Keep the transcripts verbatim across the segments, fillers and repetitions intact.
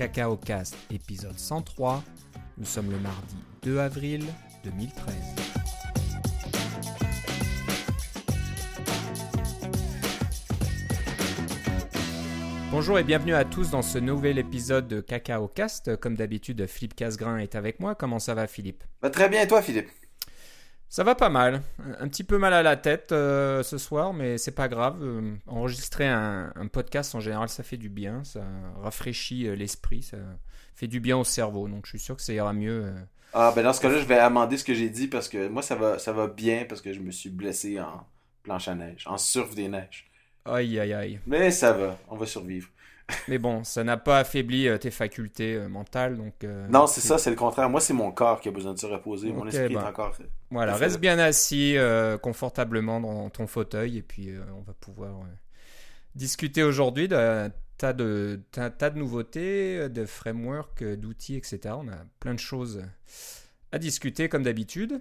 Cacao Cast, épisode cent trois. Nous sommes le mardi deux avril deux mille treize. Bonjour et bienvenue à tous dans ce nouvel épisode de Cacao Cast. Comme d'habitude, Philippe Casgrain est avec moi. Comment ça va, Philippe ? Bah, très bien, et toi, Philippe ? Ça va pas mal. Un petit peu mal à la tête euh, ce soir, mais c'est pas grave. Euh, enregistrer un, un podcast, en général, ça fait du bien. Ça rafraîchit euh, l'esprit, ça fait du bien au cerveau. Donc, je suis sûr que ça ira mieux. Euh... Ah, ben dans ce cas-là, je vais amender ce que j'ai dit parce que moi, ça va, ça va bien parce que je me suis blessé en planche à neige, en surf des neiges. Aïe, aïe, aïe. Mais ça va, on va survivre. Mais bon, ça n'a pas affaibli euh, tes facultés euh, mentales, donc... Euh, non, c'est, c'est ça, c'est le contraire. Moi, c'est mon corps qui a besoin de se reposer. Okay, mon esprit bah, est encore... Voilà, reste bien assis euh, confortablement dans ton fauteuil et puis euh, on va pouvoir euh, discuter aujourd'hui d'un tas de, tas, tas de nouveautés, de frameworks, d'outils, et cetera. On a plein de choses à discuter comme d'habitude.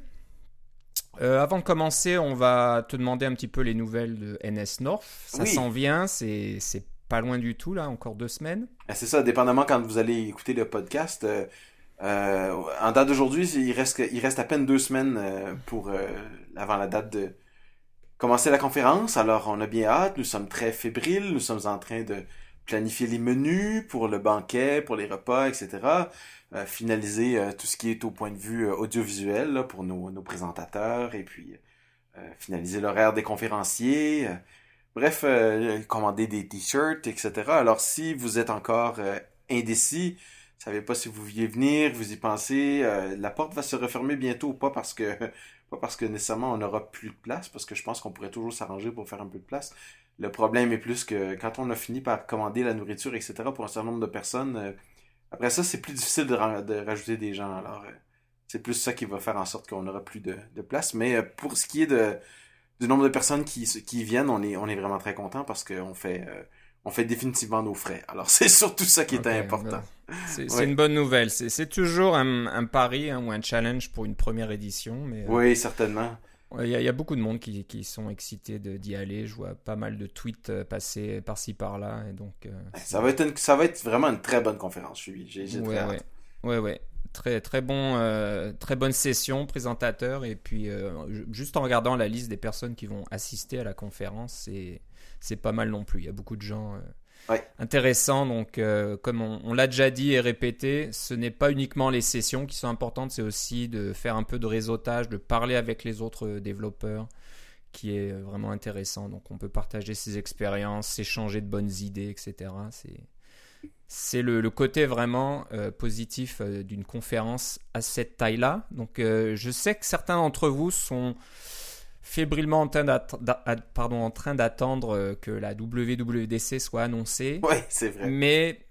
Euh, avant de commencer, on va te demander un petit peu les nouvelles de N S North. Ça oui. s'en vient, c'est, c'est pas loin du tout, là, encore deux semaines. C'est ça, dépendamment quand vous allez écouter le podcast. Euh, euh, en date d'aujourd'hui, il reste, il reste à peine deux semaines euh, pour euh, avant la date de commencer la conférence. Alors, on a bien hâte, nous sommes très fébriles, nous sommes en train de planifier les menus pour le banquet, pour les repas, et cetera. Euh, finaliser euh, tout ce qui est au point de vue euh, audiovisuel là, pour nos, nos présentateurs et puis euh, finaliser l'horaire des conférenciers. Euh, bref, euh, commander des t-shirts, et cetera. Alors, si vous êtes encore euh, indécis, vous savez pas si vous vouliez venir, vous y pensez, euh, la porte va se refermer bientôt, pas parce que pas parce que nécessairement on n'aura plus de place, parce que je pense qu'on pourrait toujours s'arranger pour faire un peu de place. Le problème est plus que quand on a fini par commander la nourriture, et cetera pour un certain nombre de personnes, euh, après ça, c'est plus difficile de, ra- de rajouter des gens. Alors, euh, c'est plus ça qui va faire en sorte qu'on n'aura plus de, de place. Mais euh, pour ce qui est de, du nombre de personnes qui, qui viennent, on est, on est vraiment très content parce qu'on fait, euh, on fait définitivement nos frais. Alors, c'est surtout ça qui est okay, important. C'est, c'est ouais. une bonne nouvelle. C'est, c'est toujours un, un pari hein, ou un challenge pour une première édition. Mais, euh, oui, certainement. Il y, y a beaucoup de monde qui, qui sont excités de, d'y aller. Je vois pas mal de tweets passer par-ci par-là. Et donc, euh, ça, va être une, ça va être vraiment une très bonne conférence. Je suis, j'ai, j'ai ouais, très ouais. hâte. Ouais, ouais. Très, très, bon, euh, très bonne session, présentateur. Et puis, euh, juste en regardant la liste des personnes qui vont assister à la conférence, c'est, c'est pas mal non plus. Il y a beaucoup de gens euh, ouais. intéressants. Donc, euh, comme on, on l'a déjà dit et répété, ce n'est pas uniquement les sessions qui sont importantes, c'est aussi de faire un peu de réseautage, de parler avec les autres développeurs, qui est vraiment intéressant. Donc, on peut partager ses expériences, s'échanger de bonnes idées, et cetera. C'est... C'est le, le côté vraiment euh, positif euh, d'une conférence à cette taille-là. Donc, euh, je sais que certains d'entre vous sont fébrilement en train, d'att- d'a- pardon, en train d'attendre euh, que la W W D C soit annoncée. Oui, c'est vrai. Mais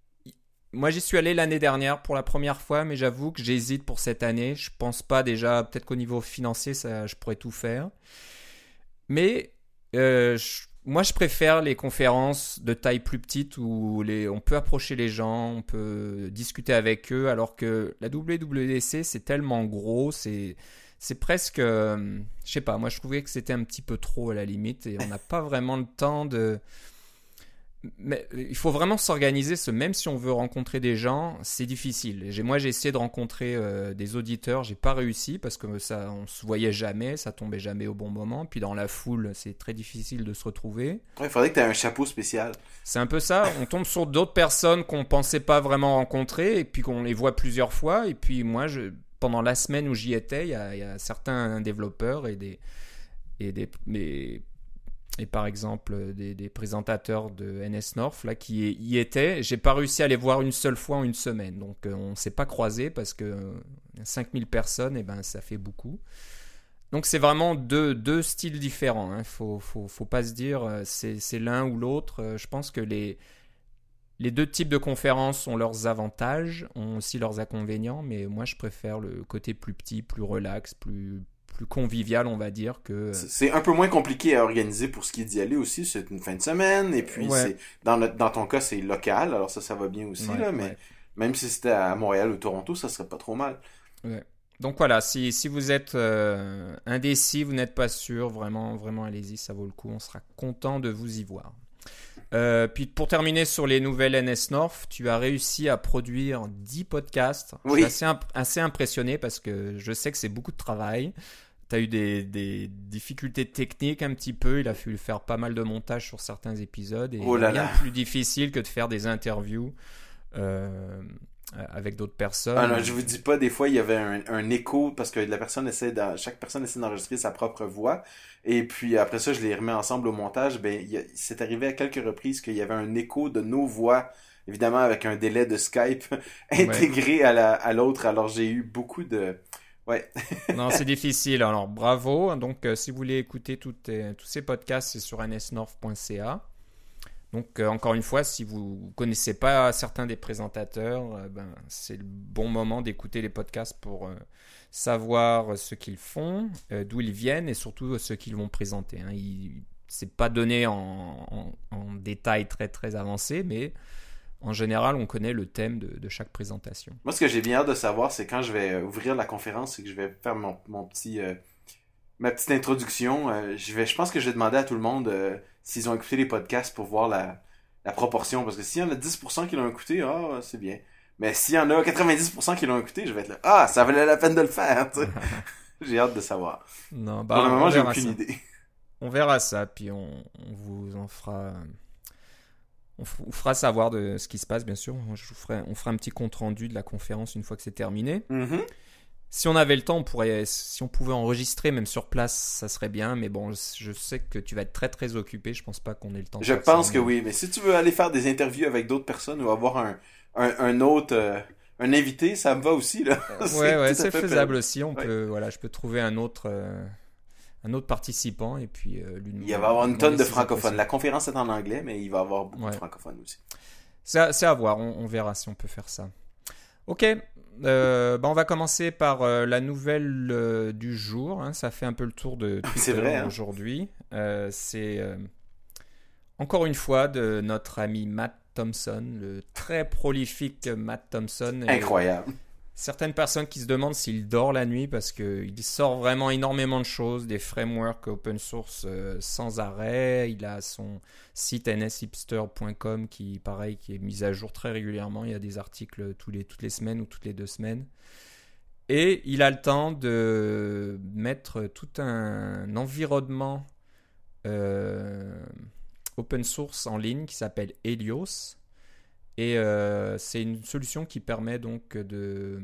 moi, j'y suis allé l'année dernière pour la première fois, mais j'avoue que j'hésite pour cette année. Je pense pas déjà, peut-être qu'au niveau financier, ça, je pourrais tout faire. Mais euh, je Moi, je préfère les conférences de taille plus petite où les, on peut approcher les gens, on peut discuter avec eux, alors que la W W D C, c'est tellement gros, c'est, c'est presque... Euh, je sais pas, moi, je trouvais que c'était un petit peu trop à la limite et on n'a pas vraiment le temps de... Mais il faut vraiment s'organiser, ce, même si on veut rencontrer des gens, c'est difficile. J'ai, moi, j'ai essayé de rencontrer euh, des auditeurs, j'ai pas réussi parce que ça, on se voyait jamais, ça tombait jamais au bon moment. Puis dans la foule, c'est très difficile de se retrouver. Ouais, il faudrait que tu aies un chapeau spécial. C'est un peu ça. On tombe sur d'autres personnes qu'on pensait pas vraiment rencontrer et puis qu'on les voit plusieurs fois. Et puis moi, je, pendant la semaine où j'y étais, il y a, il y a certains développeurs et des et des mais, et par exemple des, des présentateurs de N S North là, qui y étaient. J'ai pas réussi à les voir une seule fois en une semaine. Donc euh, on s'est pas croisés parce que euh, cinq mille personnes, et ben, ça fait beaucoup. Donc c'est vraiment deux, deux styles différents. Il hein. faut, faut, faut pas se dire euh, c'est, c'est l'un ou l'autre. Euh, je pense que les, les deux types de conférences ont leurs avantages, ont aussi leurs inconvénients. Mais moi je préfère le côté plus petit, plus relax, plus... plus convivial, on va dire. Que c'est un peu moins compliqué à organiser pour ce qui est d'y aller aussi. C'est une fin de semaine et puis ouais. c'est dans, notre, dans ton cas c'est local, alors ça ça va bien aussi ouais, là, mais ouais. même si c'était à Montréal ou Toronto, ça serait pas trop mal. Ouais. Donc voilà, si, si vous êtes euh, indécis, vous n'êtes pas sûr, vraiment, vraiment allez-y, ça vaut le coup, on sera content de vous y voir. Euh, puis pour terminer sur les nouvelles N S North, tu as réussi à produire dix podcasts. Oui. Je suis assez, imp- assez impressionné parce que je sais que c'est beaucoup de travail. Tu as eu des, des difficultés techniques un petit peu. Il a fallu faire pas mal de montage sur certains épisodes. Et Oh là rien là. de plus difficile que de faire des interviews euh, avec d'autres personnes. Ah non, je vous dis pas, des fois, il y avait un, un écho parce que la personne essaie d'en- chaque personne essaie d'enregistrer sa propre voix. Et puis après ça, je les remets ensemble au montage. Ben, il, y a- c'est arrivé à quelques reprises qu'il y avait un écho de nos voix, évidemment avec un délai de Skype intégré à la, à l'autre. Alors j'ai eu beaucoup de... Ouais. Non, c'est difficile. Alors, bravo. Donc, euh, si vous voulez écouter toutes, euh, tous ces podcasts, c'est sur n s north point c a. Donc, euh, encore une fois, si vous ne connaissez pas certains des présentateurs, euh, ben, c'est le bon moment d'écouter les podcasts pour euh, savoir ce qu'ils font, euh, d'où ils viennent et surtout ce qu'ils vont présenter. Hein. Il, c'est pas donné en, en, en détail très, très avancé, mais en général, on connaît le thème de, de chaque présentation. Moi, ce que j'ai bien hâte de savoir, c'est quand je vais euh, ouvrir la conférence, c'est que je vais faire mon, mon petit... euh, ma petite introduction. Euh, je vais, je pense que je vais demander à tout le monde euh, s'ils ont écouté les podcasts pour voir la, la proportion. Parce que s'il y en a dix pour cent qui l'ont écouté, ah, c'est bien. Mais s'il y en a quatre-vingt-dix pour cent qui l'ont écouté, je vais être là, ah, ça valait la peine de le faire. Tu sais. J'ai hâte de savoir. Non, bah, Pour le moment, on j'ai verra aucune ça. idée. On verra ça, puis on, on vous en fera... On vous fera savoir de ce qui se passe, bien sûr. Je vous ferai, on fera un petit compte-rendu de la conférence une fois que c'est terminé. Mm-hmm. Si on avait le temps, on pourrait, si on pouvait enregistrer même sur place, ça serait bien. Mais bon, je sais que tu vas être très très occupé. Je pense pas qu'on ait le temps. De Je faire pense ça, que mais... oui. Mais si tu veux aller faire des interviews avec d'autres personnes ou avoir un, un, un autre... euh, un invité, ça me va aussi, là. Ouais, ouais, tout à c'est fait faisable fait. aussi. On Ouais. peut, voilà, je peux trouver un autre, euh, un autre participant et puis euh, lui. Il va y avoir une tonne de demander ses francophones. impressions. La conférence est en anglais, mais il va y avoir beaucoup Ouais. de francophones aussi. C'est à, c'est à voir, on, on verra si on peut faire ça. Ok, euh, bah on va commencer par euh, la nouvelle euh, du jour. Hein. Ça fait un peu le tour de Twitter C'est vrai, hein. aujourd'hui. Euh, c'est euh, encore une fois de notre ami Matt Thompson, le très prolifique Matt Thompson. Et Incroyable. certaines personnes qui se demandent s'il dort la nuit parce qu'il sort vraiment énormément de choses, des frameworks open source euh, sans arrêt. Il a son site n s hipster point com qui, pareil, qui est mis à jour très régulièrement. Il y a des articles tous les, toutes les semaines ou toutes les deux semaines. Et il a le temps de mettre tout un environnement euh, open source en ligne qui s'appelle Helios. Et euh, c'est une solution qui permet donc de,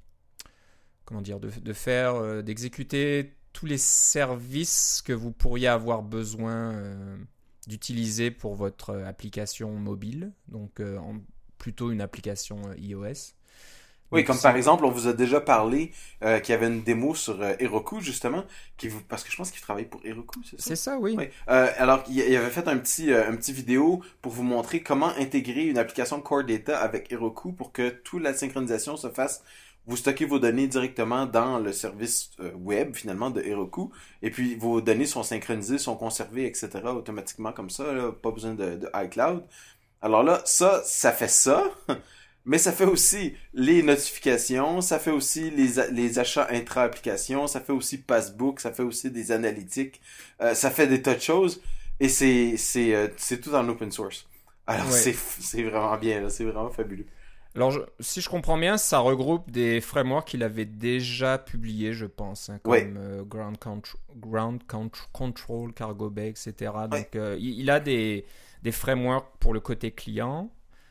comment dire, de, de faire, euh, d'exécuter tous les services que vous pourriez avoir besoin euh, d'utiliser pour votre application mobile, donc euh, en, plutôt une application euh, iOS. Oui, Donc, comme c'est- par exemple, on vous a déjà parlé euh, qu'il y avait une démo sur euh, Heroku, justement, qui vous... parce que je pense qu'il travaille pour Heroku, c'est ça? C'est ça, oui. Oui. Euh, alors, il il avait fait un petit, euh, un petit vidéo pour vous montrer comment intégrer une application Core Data avec Heroku pour que toute la synchronisation se fasse. Vous stockez vos données directement dans le service euh, web, finalement, de Heroku. Et puis, vos données sont synchronisées, sont conservées, et cetera automatiquement comme ça. Là, pas besoin de, de iCloud. Alors là, ça, ça fait ça. Mais ça fait aussi les notifications, ça fait aussi les, a- les achats intra-applications, ça fait aussi Passbook, ça fait aussi des analytiques, euh, ça fait des tas de choses. Et c'est c'est euh, c'est tout en open source. Alors Ouais. c'est c'est vraiment bien, là, c'est vraiment fabuleux. Alors, je- si je comprends bien, ça regroupe des frameworks qu'il avait déjà publiés, je pense, hein, comme Ouais. euh, Ground, Contr- Ground Contr- Control, Cargo Bay, et cetera. Ouais. Donc, euh, il, il a des, des frameworks pour le côté client.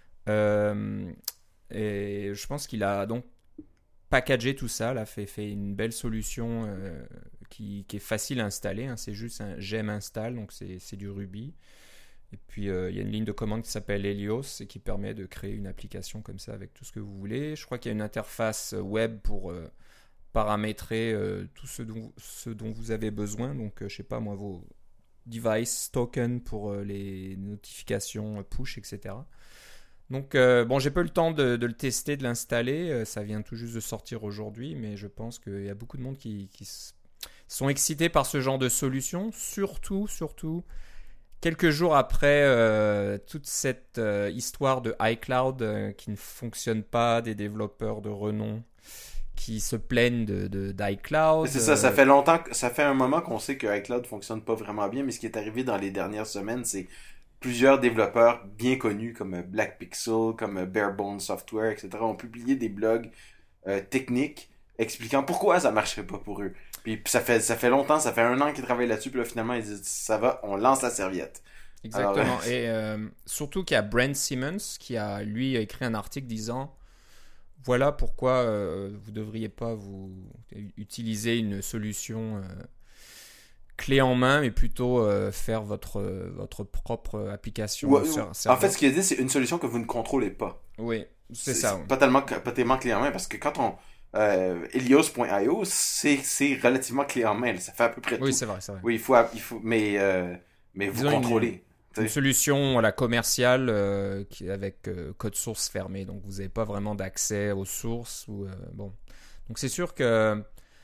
Euh, et je pense qu'il a donc packagé tout ça, là, fait, fait une belle solution euh, qui, qui est facile à installer. Hein. C'est juste un gem install, donc c'est c'est du Ruby. Et puis, euh, il y a une ligne de commande qui s'appelle Helios et qui permet de créer une application comme ça avec tout ce que vous voulez. Je crois qu'il y a une interface web pour euh, paramétrer euh, tout ce dont, ce dont vous avez besoin. Donc, euh, je sais pas moi, vos device tokens pour euh, les notifications euh, push, et cetera. Donc, euh, bon, j'ai pas eu le temps de, de le tester, de l'installer. Euh, ça vient tout juste de sortir aujourd'hui, mais je pense qu'il y a beaucoup de monde qui, qui s- sont excités par ce genre de solution. Surtout, surtout, quelques jours après euh, toute cette euh, histoire de iCloud euh, qui ne fonctionne pas, des développeurs de renom qui se plaignent de, de, d'iCloud. C'est ça, ça euh, fait longtemps, que- ça fait un moment qu'on sait que iCloud fonctionne pas vraiment bien, mais ce qui est arrivé dans les dernières semaines, c'est plusieurs développeurs bien connus comme Black Pixel, comme Barebones Software, et cetera ont publié des blogs euh, techniques expliquant pourquoi ça marcherait pas pour eux. Puis ça fait ça fait longtemps, ça fait un an qu'ils travaillent là-dessus, puis là finalement ils disent ça va, on lance la serviette. Exactement. Alors, et euh, surtout qu'il y a Brent Simmons qui a lui écrit un article disant voilà pourquoi euh, vous devriez pas vous utiliser une solution euh, clé en main, mais plutôt euh, faire votre votre propre application. Ouais, sur, en fait, ce qu'il a dit, c'est une solution que vous ne contrôlez pas. Oui, c'est, c'est ça. C'est pas tellement, pas tellement clé en main, parce que quand on euh, Helios point io, c'est c'est relativement clé en main. Ça fait à peu près tout. Oui, c'est vrai, c'est vrai. Oui, il faut, il faut, mais euh, mais vous Disons contrôlez. Une, une solution voilà, commerciale euh, qui, avec euh, code source fermé, donc vous n'avez pas vraiment d'accès aux sources ou euh, bon. Donc c'est sûr que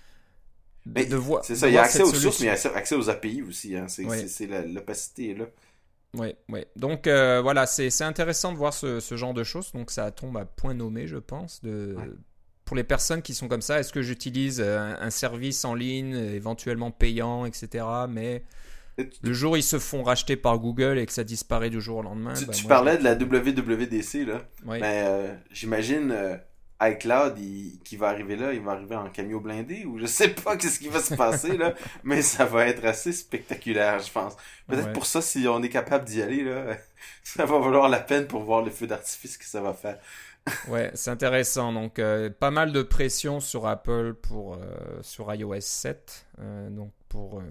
Mais de voir, c'est ça, il y a accès aux solution. sources, mais il y a accès aux A P I aussi. Hein. C'est, oui. c'est, c'est la, l'opacité est là. Oui, oui. Donc euh, voilà, c'est, c'est intéressant de voir ce, ce genre de choses. Donc ça tombe à point nommé, je pense. De... Ouais. Pour les personnes qui sont comme ça, est-ce que j'utilise un, un service en ligne, éventuellement payant, et cetera. Mais le jour où ils se font racheter par Google et que ça disparaît du jour au lendemain. Tu, bah, tu moi, parlais je... de la W W D C, là. Oui. Mais euh, j'imagine. Euh... iCloud il, qui va arriver là, il va arriver en camion blindé ou je sais pas qu'est-ce qui va se passer là, mais ça va être assez spectaculaire, je pense. Peut-être ouais. Pour ça, si on est capable d'y aller là, ça va valoir la peine pour voir le feu d'artifice que ça va faire. Ouais, c'est intéressant. Donc euh, pas mal de pression sur Apple pour euh, sur i O S sept, euh, donc pour euh,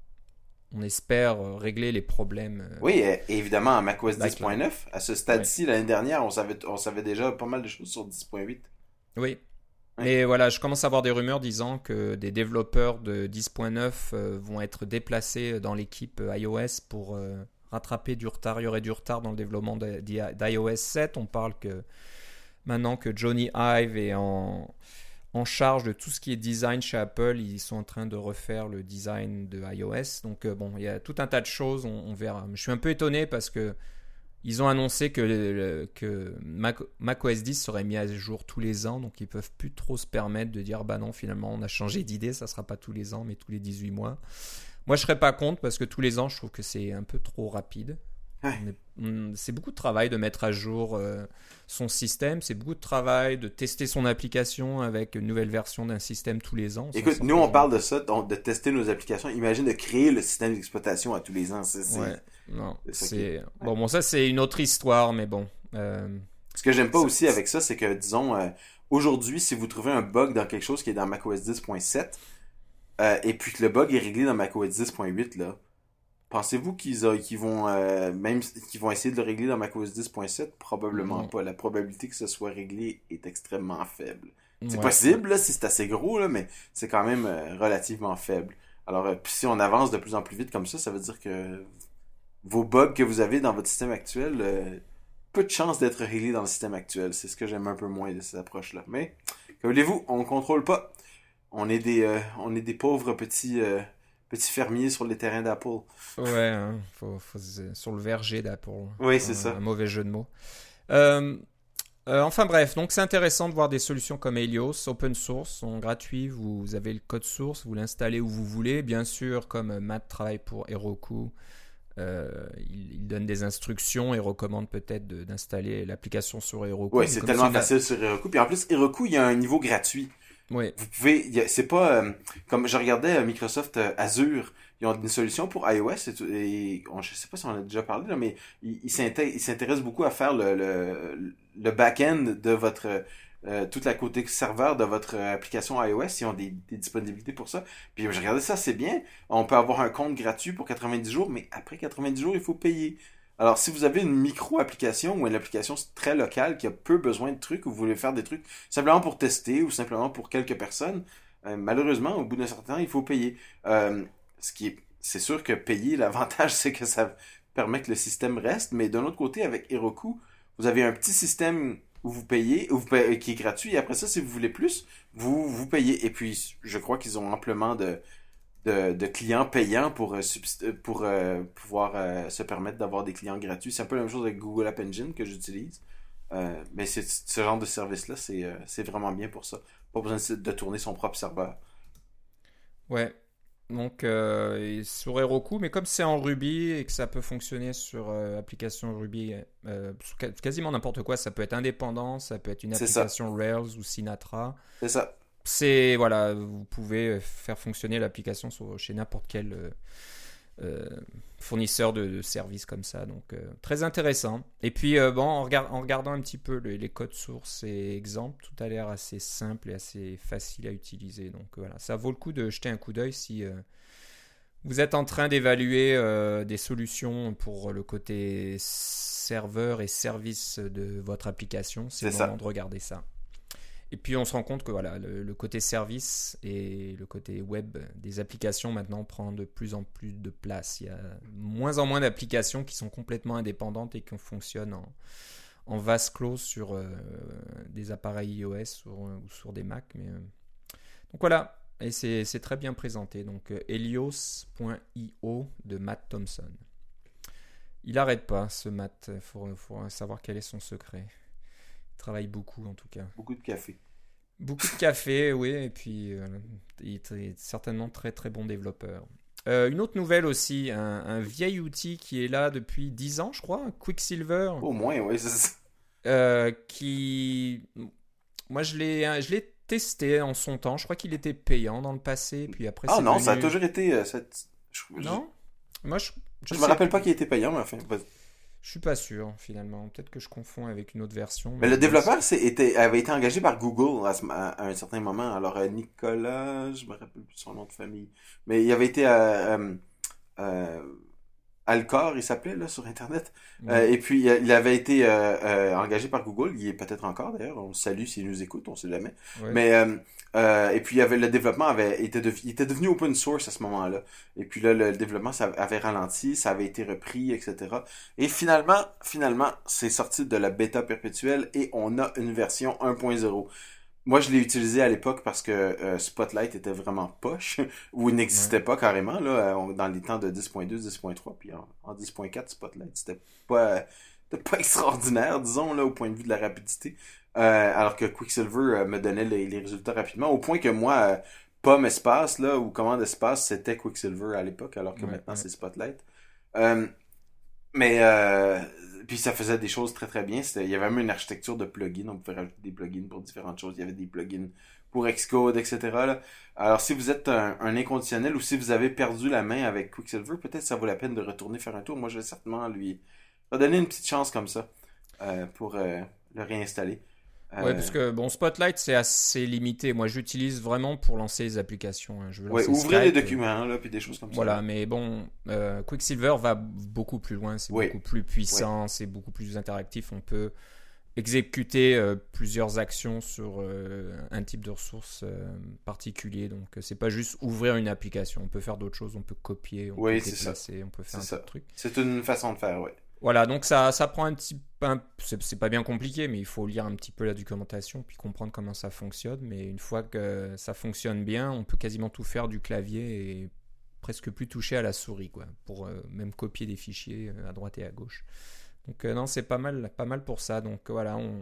on espère euh, régler les problèmes. Euh, oui, et évidemment à macOS dix point neuf, à ce stade-ci ouais. L'année dernière, on savait on savait déjà pas mal de choses sur dix point huit. Oui, ouais. Mais voilà, je commence à avoir des rumeurs disant que des développeurs de dix point neuf euh, vont être déplacés dans l'équipe iOS pour euh, rattraper du retard. Il y aurait du retard dans le développement de, d'i O S sept. On parle que maintenant que Johnny Ive est en, en charge de tout ce qui est design chez Apple, ils sont en train de refaire le design de iOS. Donc euh, bon, il y a tout un tas de choses, on, on verra. Je suis un peu étonné parce que ils ont annoncé que, que Mac, macOS dix serait mis à jour tous les ans, donc ils ne peuvent plus trop se permettre de dire bah non, finalement on a changé d'idée, ça ne sera pas tous les ans mais tous les dix-huit mois. Moi je ne serais pas contre parce que tous les ans je trouve que c'est un peu trop rapide. Ouais. On est, on, c'est beaucoup de travail de mettre à jour euh, son système, c'est beaucoup de travail de tester son application avec une nouvelle version d'un système tous les ans. Écoute, nous on parle de ça, de tester nos applications. Imagine de créer le système d'exploitation à tous les ans. C'est, c'est... Ouais. Non, c'est, c'est... Bon, bon, ça c'est une autre histoire, mais bon. Euh... Ce que j'aime pas ça, aussi c'est... avec ça, c'est que, disons, euh, aujourd'hui, si vous trouvez un bug dans quelque chose qui est dans macOS dix point sept, euh, et puis que le bug est réglé dans macOS dix point huit, là, pensez-vous qu'ils, a, qu'ils vont euh, même qu'ils vont essayer de le régler dans macOS dix point sept? Probablement non. Pas. La probabilité que ce soit réglé est extrêmement faible. C'est ouais. possible, là, si c'est assez gros, là, mais c'est quand même euh, relativement faible. Alors, euh, si on avance de plus en plus vite comme ça, ça veut dire que vos bugs que vous avez dans votre système actuel, euh, peu de chances d'être réglés dans le système actuel. C'est ce que j'aime un peu moins de cette approche-là. Mais, que voulez-vous, on ne contrôle pas. On est des, euh, on est des pauvres petits, euh, petits fermiers sur les terrains d'Apple. Ouais, hein, faut, faut, sur le verger d'Apple. Oui, c'est un, ça. Un mauvais jeu de mots. Euh, euh, enfin bref, donc c'est intéressant de voir des solutions comme Helios, open source, sont gratuits. Vous, vous avez le code source, vous l'installez où vous voulez. Bien sûr, comme Matt travaille pour Heroku, Euh, il, il donne des instructions et recommande peut-être de, d'installer l'application sur Heroku. Oui, c'est tellement facile la... sur Heroku. Puis en plus, Heroku, il y a un niveau gratuit. Oui. Vous pouvez, il y a, c'est pas euh, comme je regardais Microsoft euh, Azure, ils ont une solution pour iOS et, tout, et on, je sais pas si on en a déjà parlé là, mais ils, ils, s'intéressent, ils s'intéressent beaucoup à faire le le, le back-end de votre Euh, toute la côté serveur de votre euh, application iOS, ils ont des, des disponibilités pour ça. Puis je regardais ça, c'est bien. On peut avoir un compte gratuit pour quatre-vingt-dix jours, mais après quatre-vingt-dix jours, il faut payer. Alors, si vous avez une micro-application ou une application très locale qui a peu besoin de trucs, ou vous voulez faire des trucs simplement pour tester ou simplement pour quelques personnes, euh, malheureusement, au bout d'un certain temps, il faut payer. Euh, ce qui est, c'est sûr que payer, l'avantage, c'est que ça permet que le système reste, mais d'un autre côté, avec Heroku, vous avez un petit système où vous payez, où vous payez, qui est gratuit, et après ça, si vous voulez plus, vous, vous payez. Et puis, je crois qu'ils ont amplement de, de, de clients payants pour, pour euh, pouvoir euh, se permettre d'avoir des clients gratuits. C'est un peu la même chose avec Google App Engine que j'utilise. Euh, mais c'est, ce genre de service-là, c'est, euh, c'est vraiment bien pour ça. Pas besoin de tourner son propre serveur. Ouais. Donc euh, sur Heroku, mais comme c'est en Ruby et que ça peut fonctionner sur euh, application Ruby, euh, sur quasiment n'importe quoi, ça peut être indépendant, ça peut être une application Rails ou Sinatra. C'est ça. C'est voilà, vous pouvez faire fonctionner l'application sur, chez n'importe quel euh, euh, fournisseur de, de services comme ça, donc euh, très intéressant. Et puis euh, bon, en, regard, en regardant un petit peu les, les codes sources et exemples, tout a l'air assez simple et assez facile à utiliser. Donc voilà, ça vaut le coup de jeter un coup d'œil si euh, vous êtes en train d'évaluer euh, des solutions pour le côté serveur et service de votre application. C'est, c'est le moment ça. De regarder ça. Et puis on se rend compte que voilà, le, le côté service et le côté web des applications maintenant prend de plus en plus de place. Il y a moins en moins d'applications qui sont complètement indépendantes et qui fonctionnent en, en vase clos sur euh, des appareils iOS sur, ou sur des Mac. Mais, euh... Donc voilà, et c'est, c'est très bien présenté. Donc euh, Helios point io de Matt Thompson. Il n'arrête pas ce Matt, il faut, faut savoir quel est son secret. Travaille beaucoup en tout cas. Beaucoup de café. Beaucoup de café, oui, et puis euh, il est certainement très très bon développeur. Euh, une autre nouvelle aussi, un, un vieil outil qui est là depuis dix ans, je crois, Quicksilver. Au moins, oui, c'est ça. Euh, qui, moi je l'ai, je l'ai testé en son temps. Je crois qu'il était payant dans le passé, puis après. Ah c'est non, devenu... ça a toujours été euh, cette. Je, non, je... moi je. Je, je me rappelle pas qu'il était payant, mais enfin. Je suis pas sûr, finalement. Peut-être que je confonds avec une autre version. Mais, mais le développeur c'est, était, avait été engagé par Google à, à, à un certain moment. Alors, euh, Nicolas, je me rappelle plus son nom de famille. Mais il avait été à... Euh, euh, Alcor, il s'appelait, là, sur Internet. Ouais. Euh, et puis, il avait été euh, euh, engagé par Google. Il est peut-être encore, d'ailleurs. On le salue s'il nous écoute, on sait jamais. Ouais. Mais, euh, euh, et puis, il y avait, le développement avait été de, il était devenu open source à ce moment-là. Et puis là, le développement ça avait ralenti, ça avait été repris, et cetera. Et finalement, finalement, c'est sorti de la bêta perpétuelle et on a une version un point zéro. Moi, je l'ai utilisé à l'époque parce que euh, Spotlight était vraiment poche, ou il n'existait ouais. pas carrément, là, dans les temps de dix point deux, dix point trois, puis en, en dix point quatre, Spotlight, c'était pas, c'était pas extraordinaire, disons, là, au point de vue de la rapidité. Euh, alors que Quicksilver euh, me donnait les, les résultats rapidement, au point que moi, euh, Pomme Espace, là, ou Commande Espace, c'était Quicksilver à l'époque, alors que ouais, maintenant, ouais. c'est Spotlight. Euh, mais... Euh, Puis ça faisait des choses très très bien. C'était, il y avait même une architecture de plugins. On pouvait rajouter des plugins pour différentes choses. Il y avait des plugins pour Xcode, et cetera. Là. Alors si vous êtes un, un inconditionnel ou si vous avez perdu la main avec Quicksilver, peut-être ça vaut la peine de retourner faire un tour. Moi je vais certainement lui redonner une petite chance comme ça euh, pour euh, le réinstaller. Euh... Ouais, parce que bon, Spotlight c'est assez limité. Moi, j'utilise vraiment pour lancer les applications. Hein. Je veux ouais, ouvrir les documents là, puis des choses comme voilà, ça. Voilà, mais bon, euh, Quicksilver va beaucoup plus loin. C'est oui. beaucoup plus puissant, oui. c'est beaucoup plus interactif. On peut exécuter euh, plusieurs actions sur euh, un type de ressource euh, particulier. Donc, c'est pas juste ouvrir une application. On peut faire d'autres choses. On peut copier, on oui, peut déplacer, on peut faire c'est un ça. truc. C'est une façon de faire, oui. Voilà, donc ça, ça prend un petit un, c'est, c'est pas bien compliqué, mais il faut lire un petit peu la documentation puis comprendre comment ça fonctionne. Mais une fois que ça fonctionne bien, on peut quasiment tout faire du clavier et presque plus toucher à la souris, quoi, pour euh, même copier des fichiers à droite et à gauche. Donc euh, non, c'est pas mal, pas mal pour ça. Donc voilà, on,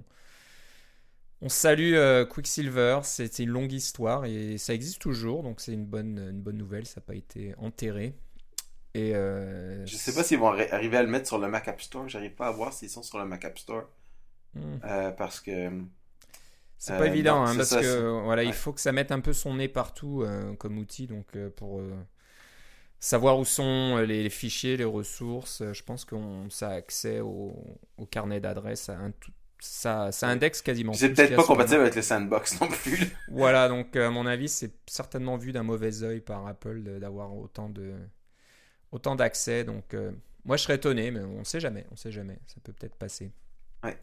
on salue euh, Quicksilver. C'était une longue histoire et ça existe toujours, donc c'est une bonne, une bonne nouvelle. Ça n'a pas été enterré. Et euh, je sais pas s'ils vont arri- arriver à le mettre sur le Mac App Store. J'arrive pas à voir s'ils sont sur le Mac App Store. Hmm. Euh, parce que... C'est euh, pas évident, non, hein, parce ça, que c'est... voilà, ouais. il faut que ça mette un peu son nez partout euh, comme outil. Donc euh, pour euh, savoir où sont les, les fichiers, les ressources, je pense qu'on ça a accès au, au carnet d'adresses. À un tout, ça, ça indexe quasiment. C'est peut-être pas compatible avec le Sandbox non plus. Voilà, donc à mon avis, c'est certainement vu d'un mauvais œil par Apple de, d'avoir autant de... autant d'accès, donc euh, moi je serais étonné, mais on sait jamais, on sait jamais, ça peut peut-être passer. Ouais.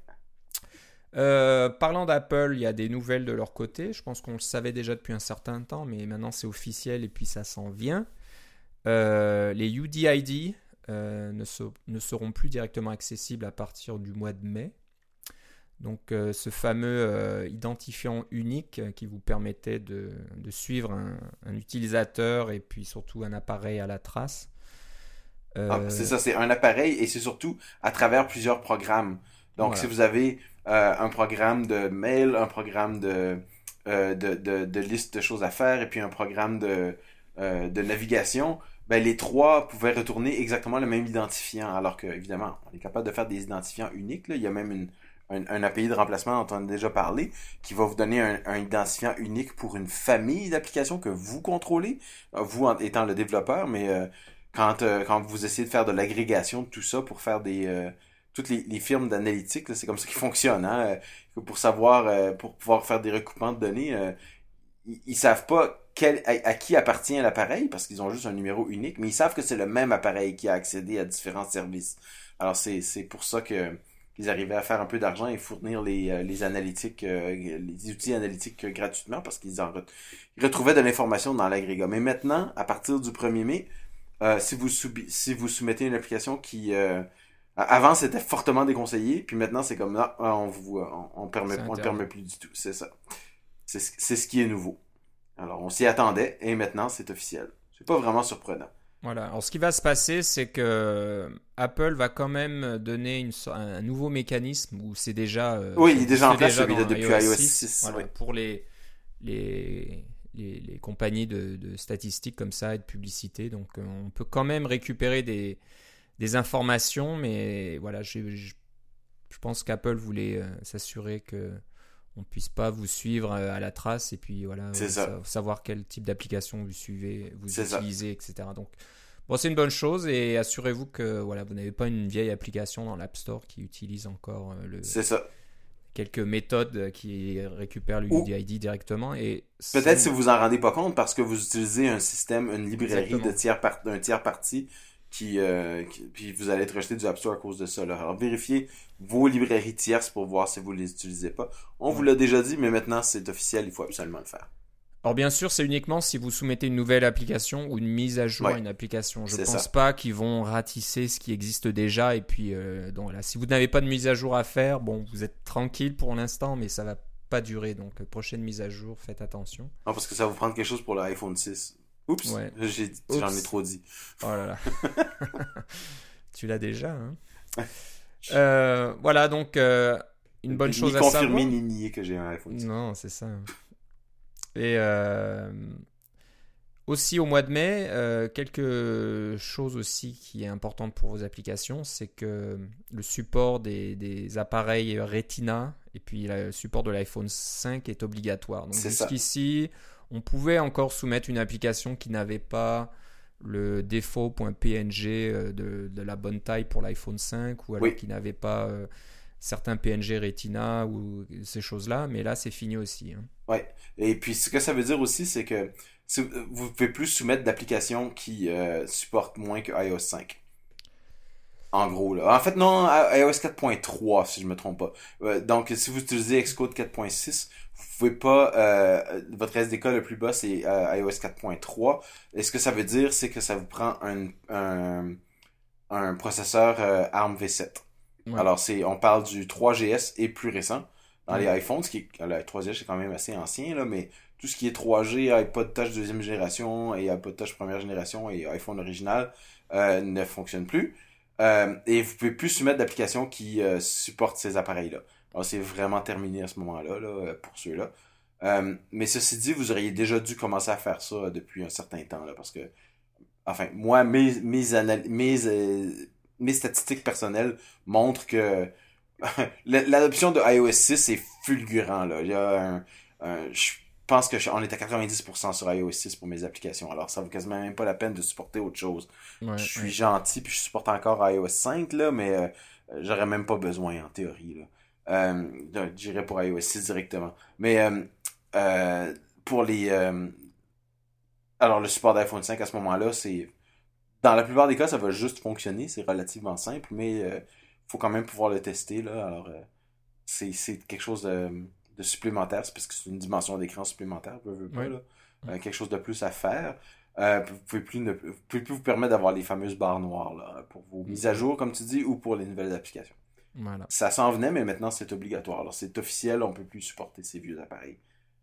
Euh, parlant d'Apple, il y a des nouvelles de leur côté, je pense qu'on le savait déjà depuis un certain temps, mais maintenant c'est officiel et puis ça s'en vient. Euh, les U D I D euh, ne, so- ne seront plus directement accessibles à partir du mois de mai. Donc euh, ce fameux euh, identifiant unique qui vous permettait de, de suivre un, un utilisateur et puis surtout un appareil à la trace. Euh... Ah, c'est ça, c'est un appareil et c'est surtout à travers plusieurs programmes. Donc, voilà. Si vous avez euh, un programme de mail, un programme de, euh, de, de, de liste de choses à faire et puis un programme de, euh, de navigation, ben les trois pouvaient retourner exactement le même identifiant, alors que évidemment, on est capable de faire des identifiants uniques. Là. Il y a même une, un, un A P I de remplacement dont on a déjà parlé, qui va vous donner un, un identifiant unique pour une famille d'applications que vous contrôlez, vous en étant le développeur, mais euh, quand, euh, quand vous essayez de faire de l'agrégation de tout ça pour faire des... Euh, toutes les, les firmes d'analytique, là, c'est comme ça qu'ils fonctionnent, hein, euh, pour savoir, euh, pour pouvoir faire des recoupements de données, euh, ils, ils savent pas quel, à, à qui appartient l'appareil, parce qu'ils ont juste un numéro unique, mais ils savent que c'est le même appareil qui a accédé à différents services. Alors c'est, c'est pour ça que qu'ils arrivaient à faire un peu d'argent et fournir les, euh, les analytiques, euh, les outils analytiques euh, gratuitement, parce qu'ils en re- ils retrouvaient de l'information dans l'agrégat. Mais maintenant, à partir du premier mai, euh, si vous soubi- si vous soumettez une application qui euh, avant, c'était fortement déconseillé, puis maintenant, c'est comme, non, on vous, on, on permet, on le permet plus du tout. C'est ça. C'est, c'est ce qui est nouveau. Alors, on s'y attendait, et maintenant, c'est officiel. C'est pas vraiment surprenant. Voilà. Alors, ce qui va se passer, c'est que Apple va quand même donner une, un nouveau mécanisme où c'est déjà. Euh, oui, il est déjà en place, déjà celui-là, depuis iOS six. six voilà, oui. Pour les, les, les, les compagnies de, de statistiques comme ça et de publicité. Donc, on peut quand même récupérer des. des informations, mais voilà, je, je, je pense qu'Apple voulait euh, s'assurer que on puisse pas vous suivre euh, à la trace et puis voilà, c'est euh, ça. sa, savoir quel type d'application vous suivez, vous c'est utilisez, ça. et cetera. Donc bon, c'est une bonne chose et assurez-vous que voilà, vous n'avez pas une vieille application dans l'App Store qui utilise encore euh, le. C'est ça. Quelques méthodes qui récupèrent le U D I D directement et peut-être si vous en rendez pas compte parce que vous utilisez un système, une librairie Exactement. de tiers par, d'un tiers parti. Qui, euh, qui, puis vous allez être rejeté du App Store à cause de ça. Là. Alors vérifiez vos librairies tierces pour voir si vous les utilisez pas. On ouais. vous l'a déjà dit, mais maintenant c'est officiel, il faut absolument le faire. Alors bien sûr, c'est uniquement si vous soumettez une nouvelle application ou une mise à jour ouais. à une application. Je ne pense ça. pas qu'ils vont ratisser ce qui existe déjà. Et puis, euh, donc, voilà. Si vous n'avez pas de mise à jour à faire, bon, vous êtes tranquille pour l'instant, mais ça va pas durer. Donc prochaine mise à jour, faites attention. Non, parce que ça va vous prendre quelque chose pour l'iPhone six. Oups, ouais. J'ai, Oups, j'en ai trop dit. Oh là là. Tu l'as déjà, hein. euh, Voilà, donc euh, une bonne ni chose à savoir. Ni confirmer savoir. ni nier que j'ai un iPhone six. Non, c'est ça. Et euh, aussi au mois de mai, euh, quelque chose aussi qui est importante pour vos applications, c'est que le support des, des appareils Retina et puis le support de l'iPhone cinq est obligatoire. Donc c'est jusqu'ici... ça. On pouvait encore soumettre une application qui n'avait pas le défaut.png de, de la bonne taille pour l'iPhone cinq ou alors oui. qui n'avait pas euh, certains P N G Retina ou ces choses-là. Mais là, c'est fini aussi. Hein. Oui. Et puis, ce que ça veut dire aussi, c'est que vous ne pouvez plus soumettre d'applications qui euh, supportent moins que i O S cinq. En gros, là. En fait, non, i O S quatre point trois, si je me trompe pas. Euh, donc, si vous utilisez Xcode quatre point six, vous pouvez pas... Euh, votre S D K le plus bas, c'est euh, i O S quatre point trois. Et ce que ça veut dire, c'est que ça vous prend un, un, un processeur euh, ARM v sept. Ouais. Alors, c'est, on parle du trois G S et plus récent dans ouais. les iPhones. Ce qui est, le trois G S, c'est quand même assez ancien, là, mais tout ce qui est trois G, iPod Touch deuxième génération et iPod Touch première génération et iPhone original euh, ne fonctionne plus. Euh, et vous pouvez plus soumettre d'applications qui euh, supportent ces appareils-là. Alors, c'est vraiment terminé à ce moment-là, là, pour ceux-là. Euh, mais ceci dit, vous auriez déjà dû commencer à faire ça depuis un certain temps, là, parce que, enfin, moi, mes, mes, anal- mes, euh, mes statistiques personnelles montrent que l'adoption de i O S six est fulgurant, là. Il y a un, un je pense que je, on est à quatre-vingt-dix pour cent sur i O S six pour mes applications. Alors, ça vaut quasiment même pas la peine de supporter autre chose. Ouais, je suis ouais. gentil, puis je supporte encore i O S cinq, là, mais euh, j'aurais même pas besoin, en théorie, là. Euh, j'irais pour i O S six directement. Mais euh, euh, pour les... Euh, alors, le support d'iPhone cinq, à ce moment-là, c'est... Dans la plupart des cas, ça va juste fonctionner. C'est relativement simple, mais il euh, faut quand même pouvoir le tester, là. Alors, euh, c'est, c'est quelque chose de... de supplémentaire, c'est parce que c'est une dimension d'écran supplémentaire, veux, veux pas, oui. là. Euh, quelque chose de plus à faire. Euh, vous pouvez plus ne, vous pouvez plus vous permettre d'avoir les fameuses barres noires là, pour vos mises à jour, comme tu dis, ou pour les nouvelles applications. Voilà. Ça s'en venait, mais maintenant c'est obligatoire. Alors c'est officiel, on peut plus supporter ces vieux appareils.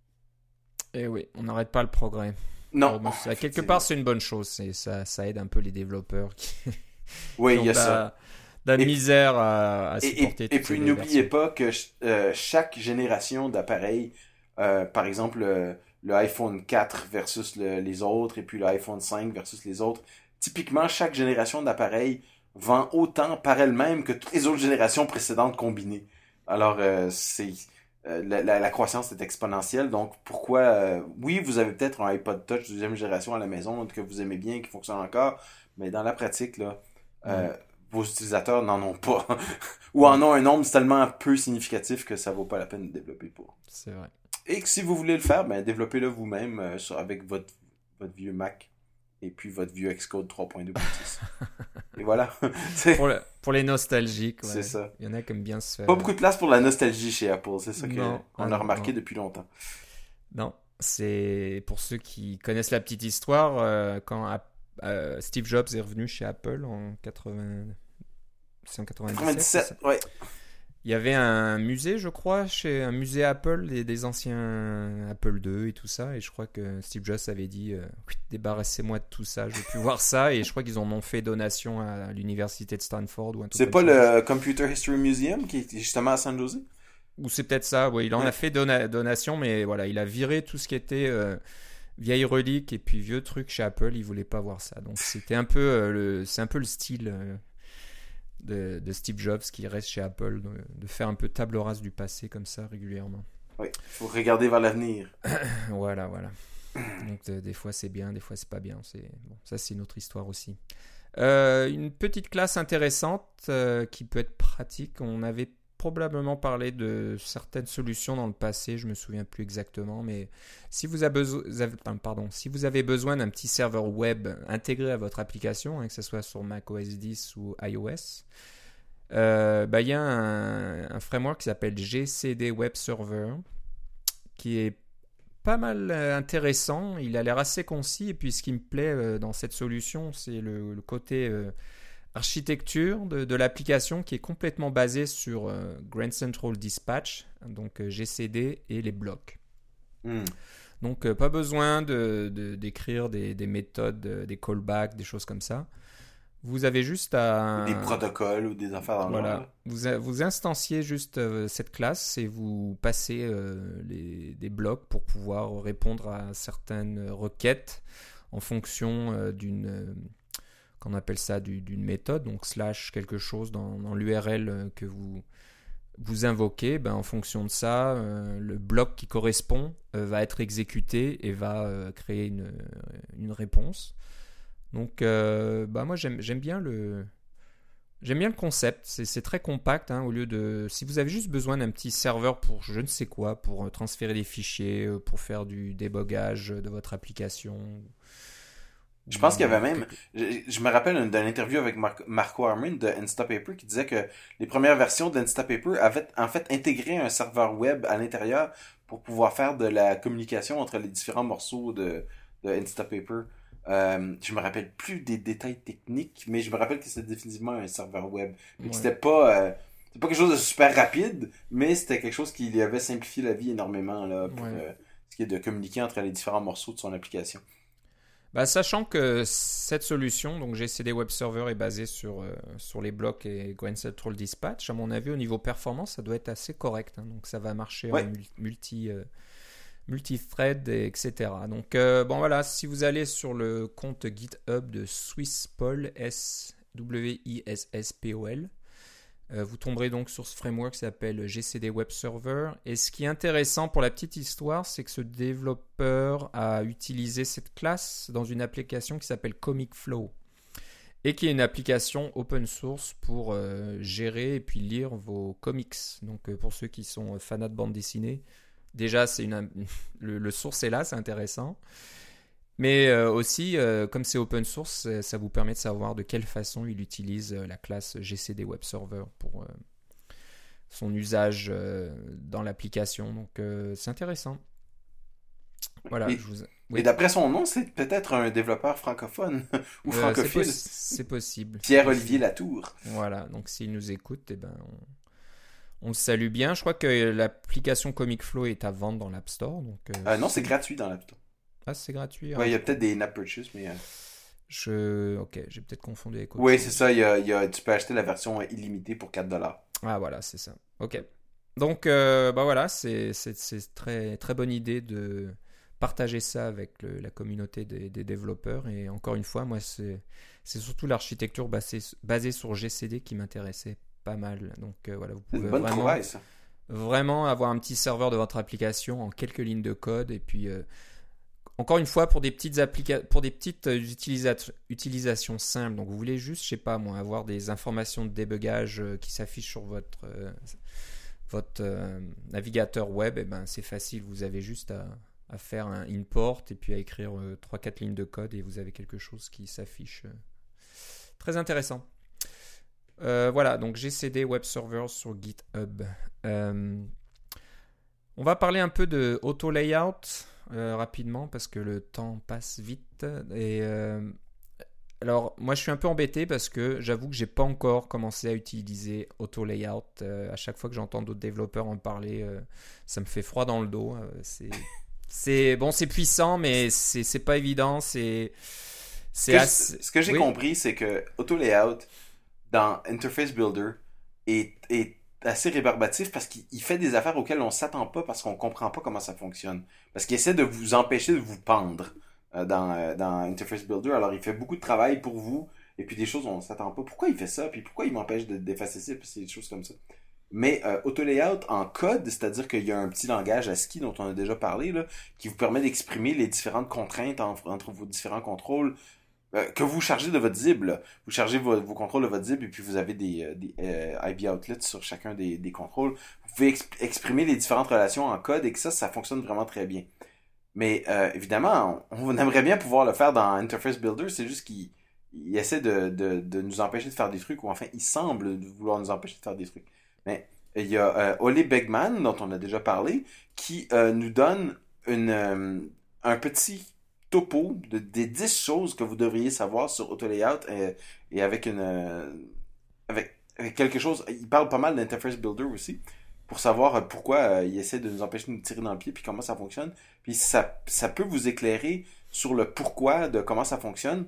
Et oui, on n'arrête pas le progrès. Non. Alors, bon, ça, quelque part, c'est une bonne chose. C'est, ça, ça aide un peu les développeurs qui, oui, qui il y a de la, ça. de la misère à, à supporter. Et, et, et puis n'oubliez pas que euh, chaque génération d'appareils, euh, par exemple, euh, le iPhone quatre versus le, les autres, et puis le iPhone cinq versus les autres. Typiquement, chaque génération d'appareils vend autant par elle-même que toutes les autres générations précédentes combinées. Alors, euh, c'est euh, la, la, la croissance est exponentielle. Donc, pourquoi... Euh, oui, vous avez peut-être un iPod Touch deuxième génération à la maison que vous aimez bien, qui fonctionne encore, mais dans la pratique, là, euh, ouais. vos utilisateurs n'en ont pas. Ou en ont un nombre tellement peu significatif que ça vaut pas la peine de développer pour. C'est vrai. Et que si vous voulez le faire, ben développez-le vous-même euh, sur, avec votre, votre vieux Mac et puis votre vieux Xcode trois point deux point six. Et voilà. pour, le, pour les nostalgiques, ouais. C'est ça. Il y en a qui aiment bien se faire... Pas beaucoup de place pour la nostalgie chez Apple, c'est ça qu'on ah, a remarqué non. depuis longtemps. Non, c'est pour ceux qui connaissent la petite histoire, euh, quand euh, Steve Jobs est revenu chez Apple en quatre-vingts... c'est en quatre-vingt-dix-sept, quatre-vingt-dix-sept, ouais. Il y avait un musée, je crois, chez un musée Apple, des, des anciens Apple deux et tout ça. Et je crois que Steve Jobs avait dit euh, débarrassez-moi de tout ça, je veux plus voir ça. Et je crois qu'ils en ont fait donation à l'université de Stanford ou un truc. C'est pas ça. Le Computer History Museum qui est justement à San Jose? Ou c'est peut-être ça, oui. Il en ouais. a fait dona- donation, mais voilà, il a viré tout ce qui était euh, vieille relique et puis vieux trucs chez Apple. Il voulait pas voir ça. Donc c'était un peu euh, le, c'est un peu le style. Euh, De, de Steve Jobs qui reste chez Apple, de, de faire un peu table rase du passé comme ça régulièrement. Oui, il faut regarder vers l'avenir. voilà, voilà. Donc de, des fois c'est bien, des fois c'est pas bien. C'est, bon, ça c'est une autre histoire aussi. Euh, une petite classe intéressante euh, qui peut être pratique. On avait probablement parlé de certaines solutions dans le passé, je me souviens plus exactement, mais si vous avez besoin, pardon, si vous avez besoin d'un petit serveur web intégré à votre application, hein, que ce soit sur Mac O S dix ou iOS, euh, bah, y a un, un framework qui s'appelle G C D Web Server qui est pas mal intéressant. Il a l'air assez concis et puis ce qui me plaît dans cette solution, c'est le, le côté euh, architecture de, de l'application qui est complètement basée sur euh, Grand Central Dispatch, donc euh, G C D et les blocs. Mm. Donc euh, pas besoin de, de, d'écrire des, des méthodes, euh, des callbacks, des choses comme ça. Vous avez juste à... Des protocoles ou des affaires dans le voilà. genre. Vous, a, vous instanciez juste euh, cette classe et vous passez euh, les, des blocs pour pouvoir répondre à certaines requêtes en fonction euh, d'une... Euh, qu'on appelle ça du, d'une méthode, donc slash quelque chose dans, dans l'U R L que vous, vous invoquez, ben en fonction de ça, euh, le bloc qui correspond euh, va être exécuté et va euh, créer une, une réponse. Donc euh, bah moi j'aime, j'aime bien le j'aime bien le concept, c'est, c'est très compact, hein, au lieu de... Si vous avez juste besoin d'un petit serveur pour je ne sais quoi, pour euh, transférer des fichiers, euh, pour faire du débogage de votre application... Je pense qu'il y avait même, je, je me rappelle d'une interview avec Mark, Marco Armin de Instapaper qui disait que les premières versions d'Instapaper avaient en fait intégré un serveur web à l'intérieur pour pouvoir faire de la communication entre les différents morceaux de, de Instapaper. Euh, je me rappelle plus des détails techniques, mais je me rappelle que c'était définitivement un serveur web. Et ouais. que c'était pas, euh, c'était pas quelque chose de super rapide, mais c'était quelque chose qui lui avait simplifié la vie énormément là, pour ouais. euh, ce qui est de communiquer entre les différents morceaux de son application. Bah, sachant que cette solution, donc G C D Web Server, est basée sur, euh, sur les blocs et Grand Central Dispatch, à mon avis, au niveau performance, ça doit être assez correct. Hein, donc ça va marcher ouais. en multi, euh, multi-thread, et cetera. Donc euh, bon voilà, si vous allez sur le compte GitHub de Swisspol, S W I S S P O L, Euh, vous tomberez donc sur ce framework qui s'appelle G C D Web Server. Et ce qui est intéressant pour la petite histoire, c'est que ce développeur a utilisé cette classe dans une application qui s'appelle Comic Flow et qui est une application open source pour euh, gérer et puis lire vos comics. Donc euh, pour ceux qui sont fanats de bande dessinée, déjà c'est une, le, le source est là, c'est intéressant. Mais euh, aussi, euh, comme c'est open source, ça vous permet de savoir de quelle façon il utilise euh, la classe G C D Web Server pour euh, son usage euh, dans l'application. Donc, euh, c'est intéressant. Voilà. Et, je vous... oui. Et d'après son nom, c'est peut-être un développeur francophone ou euh, francophile. C'est, pos- c'est possible. Pierre-Olivier Latour. Voilà. Donc, s'il nous écoute, eh ben, on... on le salue bien. Je crois que l'application Comic Flow est à vendre dans l'App Store. Donc, euh, euh, non, c'est gratuit dans l'App Store. Ah, c'est gratuit. Ouais, il y a peut-être des in-app purchase, mais... Euh... Je... Ok, j'ai peut-être confondu avec autre Oui, chose. c'est ça. Il y a, il y a... Tu peux acheter la version illimitée pour quatre dollars. Ah, voilà, c'est ça. Ok. Donc, euh, bah voilà, c'est, c'est, c'est très, très bonne idée de partager ça avec le, la communauté des, des développeurs. Et encore une fois, moi, c'est, c'est surtout l'architecture basée, basée sur G C D qui m'intéressait pas mal. Donc euh, voilà, vous C'est pouvez une bonne vraiment, trouvaille, ça. vraiment avoir un petit serveur de votre application en quelques lignes de code. Et puis, euh, encore une fois, pour des petites, applica- pour des petites euh, utilisa- utilisations simples. Donc vous voulez juste, je sais pas moi, avoir des informations de débugage euh, qui s'affichent sur votre... Euh, votre euh, navigateur web, eh ben, c'est facile, vous avez juste à, à faire un import et puis à écrire euh, trois quatre lignes de code et vous avez quelque chose qui s'affiche. Euh, très intéressant. Euh, voilà, donc G C D Web Server sur GitHub. Euh, on va parler un peu de auto layout euh, rapidement parce que le temps passe vite. Et euh, alors, moi, je suis un peu embêté parce que j'avoue que j'ai pas encore commencé à utiliser auto layout. Euh, à chaque fois que j'entends d'autres développeurs en parler, euh, ça me fait froid dans le dos. Euh, c'est, c'est bon, c'est puissant, mais c'est c'est pas évident. C'est c'est Ce que, assez... je- ce que j'ai Oui. compris, c'est que auto layout dans Interface Builder est, est assez rébarbatif parce qu'il il fait des affaires auxquelles on s'attend pas parce qu'on comprend pas comment ça fonctionne. Parce qu'il essaie de vous empêcher de vous pendre euh, dans, euh, dans Interface Builder. Alors, il fait beaucoup de travail pour vous et puis des choses on s'attend pas. Pourquoi il fait ça? Puis pourquoi il m'empêche de, d'effacer ça? Puis c'est des choses comme ça. Mais euh, auto layout en code, c'est-à-dire qu'il y a un petit langage ASCII dont on a déjà parlé, là, qui vous permet d'exprimer les différentes contraintes en- entre vos différents contrôles euh, que vous chargez de votre zib. Là. Vous chargez vos, vos contrôles de votre zib et puis vous avez des, euh, des euh, I B outlets sur chacun des, des contrôles. Vous pouvez exp- exprimer les différentes relations en code et que ça, ça fonctionne vraiment très bien. Mais euh, évidemment, on, on aimerait bien pouvoir le faire dans Interface Builder, c'est juste qu'il il essaie de, de, de nous empêcher de faire des trucs, ou enfin, il semble vouloir nous empêcher de faire des trucs. Mais il y a euh, Ole Begman, dont on a déjà parlé, qui euh, nous donne une, euh, un petit topo de, des dix choses que vous devriez savoir sur AutoLayout et, et avec une euh, avec, avec quelque chose. Il parle pas mal d'Interface Builder aussi pour savoir euh, pourquoi euh, il essaie de nous empêcher de nous tirer dans le pied puis comment ça fonctionne. Puis ça, ça peut vous éclairer sur le pourquoi de comment ça fonctionne.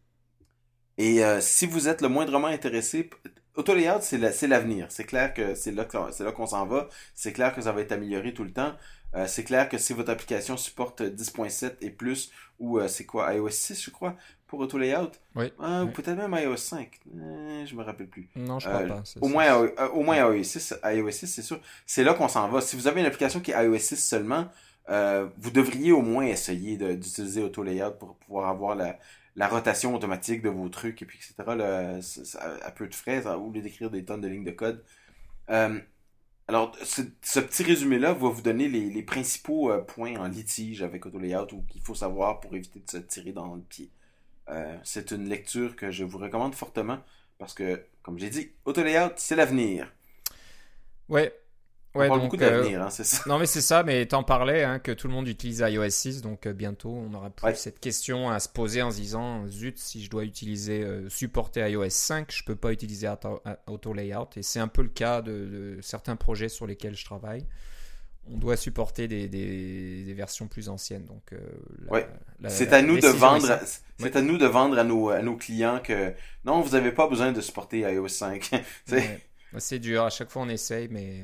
Et euh, si vous êtes le moindrement intéressé, AutoLayout, c'est, la, c'est l'avenir. C'est clair que c'est là, qu'on, c'est là qu'on s'en va. C'est clair que ça va être amélioré tout le temps. Euh, c'est clair que si votre application supporte dix point sept et plus, ou euh, c'est quoi, iOS six, je crois, pour AutoLayout, Oui. euh, oui. ou peut-être même iOS cinq, euh, je me rappelle plus. Non, je crois Euh, pas. Ça, au, ça, moins, ça. euh, au moins iOS six, iOS six, c'est sûr. C'est là qu'on s'en va. Si vous avez une application qui est iOS six seulement, euh, vous devriez au moins essayer de, d'utiliser AutoLayout pour pouvoir avoir la, la rotation automatique de vos trucs, et puis et cetera. Là, ça, ça, à peu de frais, ça, au lieu d'écrire des tonnes de lignes de code. Euh, alors, ce, ce petit résumé-là va vous donner les, les principaux euh, points en litige avec AutoLayout ou qu'il faut savoir pour éviter de se tirer dans le pied. Euh, c'est une lecture que je vous recommande fortement parce que, comme j'ai dit, AutoLayout, c'est l'avenir. Ouais. On Ouais, parle donc, beaucoup d'avenir, euh, hein, c'est ça. Non, mais c'est ça, mais t'en parlais, hein, que tout le monde utilise iOS six, donc euh, bientôt on n'aura plus Ouais. cette question à se poser en se disant zut, si je dois utiliser, euh, supporter iOS cinq, je peux pas utiliser auto, auto layout, et c'est un peu le cas de, de certains projets sur lesquels je travaille. On doit supporter des, des, des versions plus anciennes, donc euh, la, Ouais. la, c'est la à nous de décision vendre, est c'est Ouais. à nous de vendre à nos, à nos clients que non, vous n'avez pas besoin de supporter iOS cinq. C'est- Ouais. C'est dur, à chaque fois on essaye, mais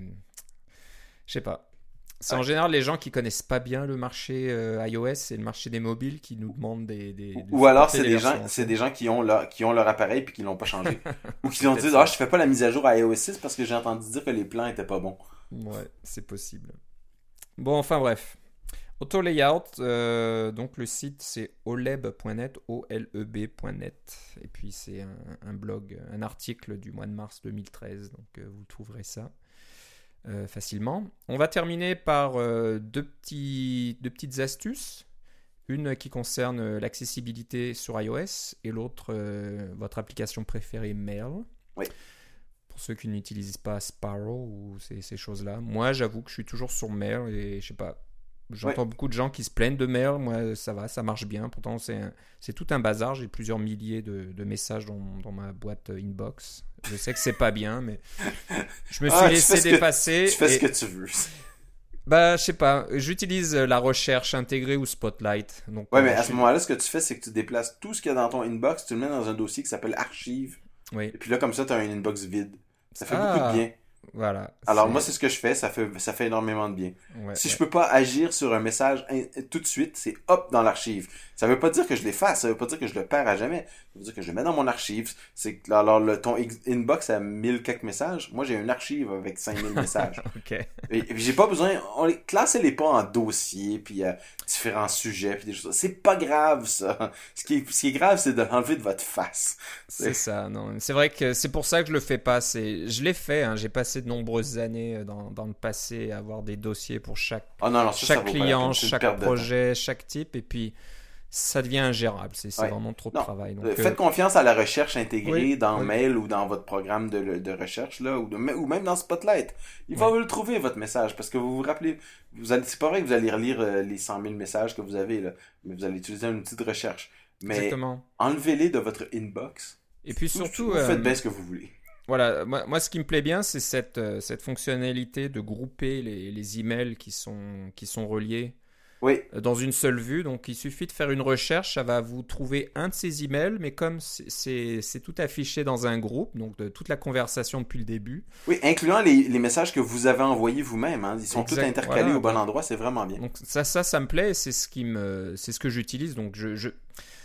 je sais pas. C'est Ouais. en général les gens qui connaissent pas bien le marché euh, iOS et le marché des mobiles qui nous demandent des. des de Ou alors supporter c'est des des versions gens, c'est anciennes. des gens qui ont leur, qui ont leur appareil puis qui l'ont pas changé. Ou qui ont Peut-être dit, ça. ah, je fais pas la mise à jour à iOS six parce que j'ai entendu dire que les plans étaient pas bons. Ouais, c'est possible. Bon, enfin bref. Auto Layout, euh, donc le site c'est oleb point net, O L E B point net. Et puis c'est un, un blog, un article du mois de mars deux mille treize, donc euh, vous trouverez ça euh, facilement. On va terminer par euh, deux, petits, deux petites astuces. Une qui concerne euh, l'accessibilité sur iOS et l'autre euh, votre application préférée Mail. Oui. Pour ceux qui n'utilisent pas Sparrow ou ces, ces choses-là. Moi, j'avoue que je suis toujours sur Mail et je sais pas. J'entends Ouais. beaucoup de gens qui se plaignent de Mail. Moi, ça va, ça marche bien. Pourtant, c'est, un- c'est tout un bazar. J'ai plusieurs milliers de, de messages dans, dans ma boîte euh, inbox. Je sais que c'est pas bien, mais je me suis Ah, tu laissé fais ce que- dépasser. Tu fais ce et- que tu veux. Bah, je sais pas. J'utilise euh, la recherche intégrée ou Spotlight. Donc, Ouais, euh, mais je à ce suis- moment-là, ce que tu fais, c'est que tu déplaces tout ce qu'il y a dans ton inbox, tu le mets dans un dossier qui s'appelle archive. Oui. Et puis là, comme ça, tu as un inbox vide. Ça fait Ah. beaucoup de bien. Voilà. Alors c'est... moi, c'est ce que je fais, ça fait, ça fait énormément de bien. Ouais, Si ouais. je peux pas agir sur un message in- tout de suite, c'est hop dans l'archive. Ça veut pas dire que je l'efface, ça veut pas dire que je le perds à jamais. Ça veut dire que je le mets dans mon archive. C'est que- alors le, ton ex- inbox a mille quelques messages. Moi, j'ai une archive avec cinq mille messages. Ok. Et, et puis j'ai pas besoin, on les, classez-les pas en dossiers, puis euh, différents sujets, puis des choses. C'est pas grave, ça. Ce qui est, ce qui est grave, c'est de l'enlever de votre face. C'est ça, non. C'est vrai que c'est pour ça que je le fais pas. C'est... Je l'ai fait, hein. J'ai passé de nombreuses années dans, dans le passé à avoir des dossiers pour chaque, Oh non, non, ça, ça chaque vaut pas la client, peine. C'est une chaque perte de temps. projet, chaque type. Et puis, ça devient ingérable. C'est, c'est Ouais. vraiment trop de Non. travail. Donc, Euh, euh, Faites confiance à la recherche intégrée oui, dans oui. Mail ou dans votre programme de, de recherche, là, ou, de, ou même dans Spotlight. Il va Oui. vous le trouver, votre message, parce que vous vous rappelez, vous allez, c'est pas vrai que vous allez relire euh, les cent mille messages que vous avez, là, mais vous allez utiliser un outil de recherche. Mais Exactement. enlevez-les de votre inbox. Et puis Vous- surtout, vous, faites euh, bien ce que vous voulez. voilà, moi, moi, ce qui me plaît bien, c'est cette, euh, cette fonctionnalité de grouper les, les emails qui sont, qui sont reliés Oui, euh, dans une seule vue. Donc, il suffit de faire une recherche, ça va vous trouver un de ces emails, mais comme c'est, c'est, c'est tout affiché dans un groupe, donc de toute la conversation depuis le début. oui, incluant les, les messages que vous avez envoyés vous-même, hein. Ils sont tous Exact, intercalés voilà. au bon endroit, c'est vraiment bien. Donc ça, ça, ça me plaît, et c'est ce qui me, c'est ce que j'utilise. Donc je, je,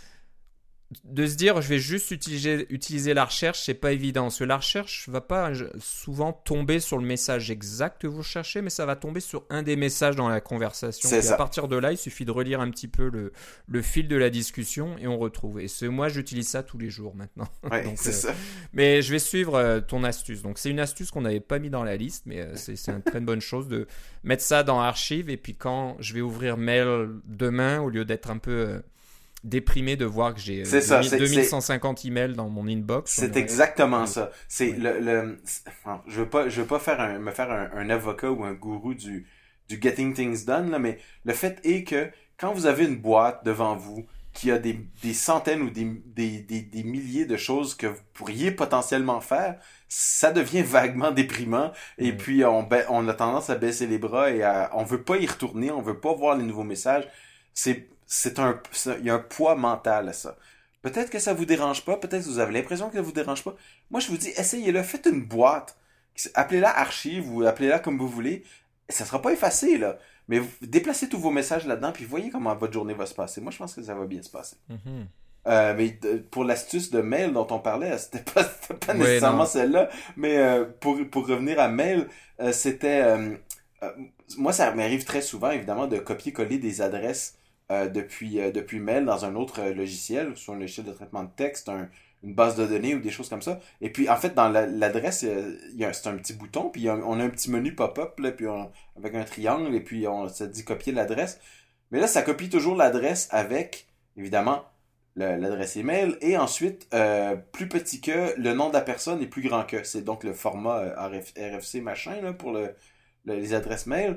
de se dire, je vais juste utiliser, utiliser la recherche, c'est pas évident. Parce que la recherche va pas je- souvent tomber sur le message exact que vous cherchez, mais ça va tomber sur un des messages dans la conversation. C'est Et ça. à partir de là, il suffit de relire un petit peu le, le fil de la discussion et on retrouve. Et ce, moi, j'utilise ça tous les jours maintenant. Ouais, Donc, c'est euh, ça. Mais je vais suivre euh, ton astuce. Donc c'est une astuce qu'on n'avait pas mis dans la liste, mais euh, c'est, c'est une très bonne chose de mettre ça dans Archive. Et puis quand je vais ouvrir Mail demain, au lieu d'être un peu euh, déprimé de voir que j'ai euh, C'est ça, deux mille c'est- deux c'est- mille cent cinquante emails dans mon inbox. C'est on aurait- exactement Ouais. ça. C'est Ouais. le, le c'est- bon, je veux pas, je veux pas faire un, me faire un, un avocat ou un gourou du, du getting things done, là, mais le fait est que quand vous avez une boîte devant vous qui a des, des centaines ou des, des, des, des milliers de choses que vous pourriez potentiellement faire, ça devient vaguement déprimant et Mm. puis on, ba- on a tendance à baisser les bras et à, on veut pas y retourner, on veut pas voir les nouveaux messages. C'est, c'est un, c'est- il y a un poids mental à ça. Peut-être que ça vous dérange pas, peut-être que vous avez l'impression que ça vous dérange pas. Moi, je vous dis, essayez-le, faites une boîte. Appelez-la archive ou appelez-la comme vous voulez. Ça sera pas effacé, là. Mais vous déplacez tous vos messages là-dedans, puis voyez comment votre journée va se passer. Moi, je pense que ça va bien se passer. Mhm. Euh, mais de- pour l'astuce de Mail dont on parlait, c'était pas, c'était pas Ouais, nécessairement non. celle-là, mais euh, pour, pour revenir à Mail, euh, c'était... euh, euh, moi, ça m'arrive très souvent, évidemment, de copier-coller des adresses euh, depuis, euh, depuis Mail dans un autre euh, logiciel, soit un logiciel de traitement de texte, un- une base de données ou des choses comme ça. Et puis, en fait, dans la- l'adresse, euh, il y a, c'est un petit bouton, puis il y a un- on a un petit menu pop-up, là, puis on- avec un triangle, et puis on se dit copier l'adresse. Mais là, ça copie toujours l'adresse avec, évidemment, le- l'adresse email, et ensuite, euh, plus petit que, le nom de la personne et plus grand que. C'est donc le format euh, R F, R F C machin, là, pour le, le- les adresses mail,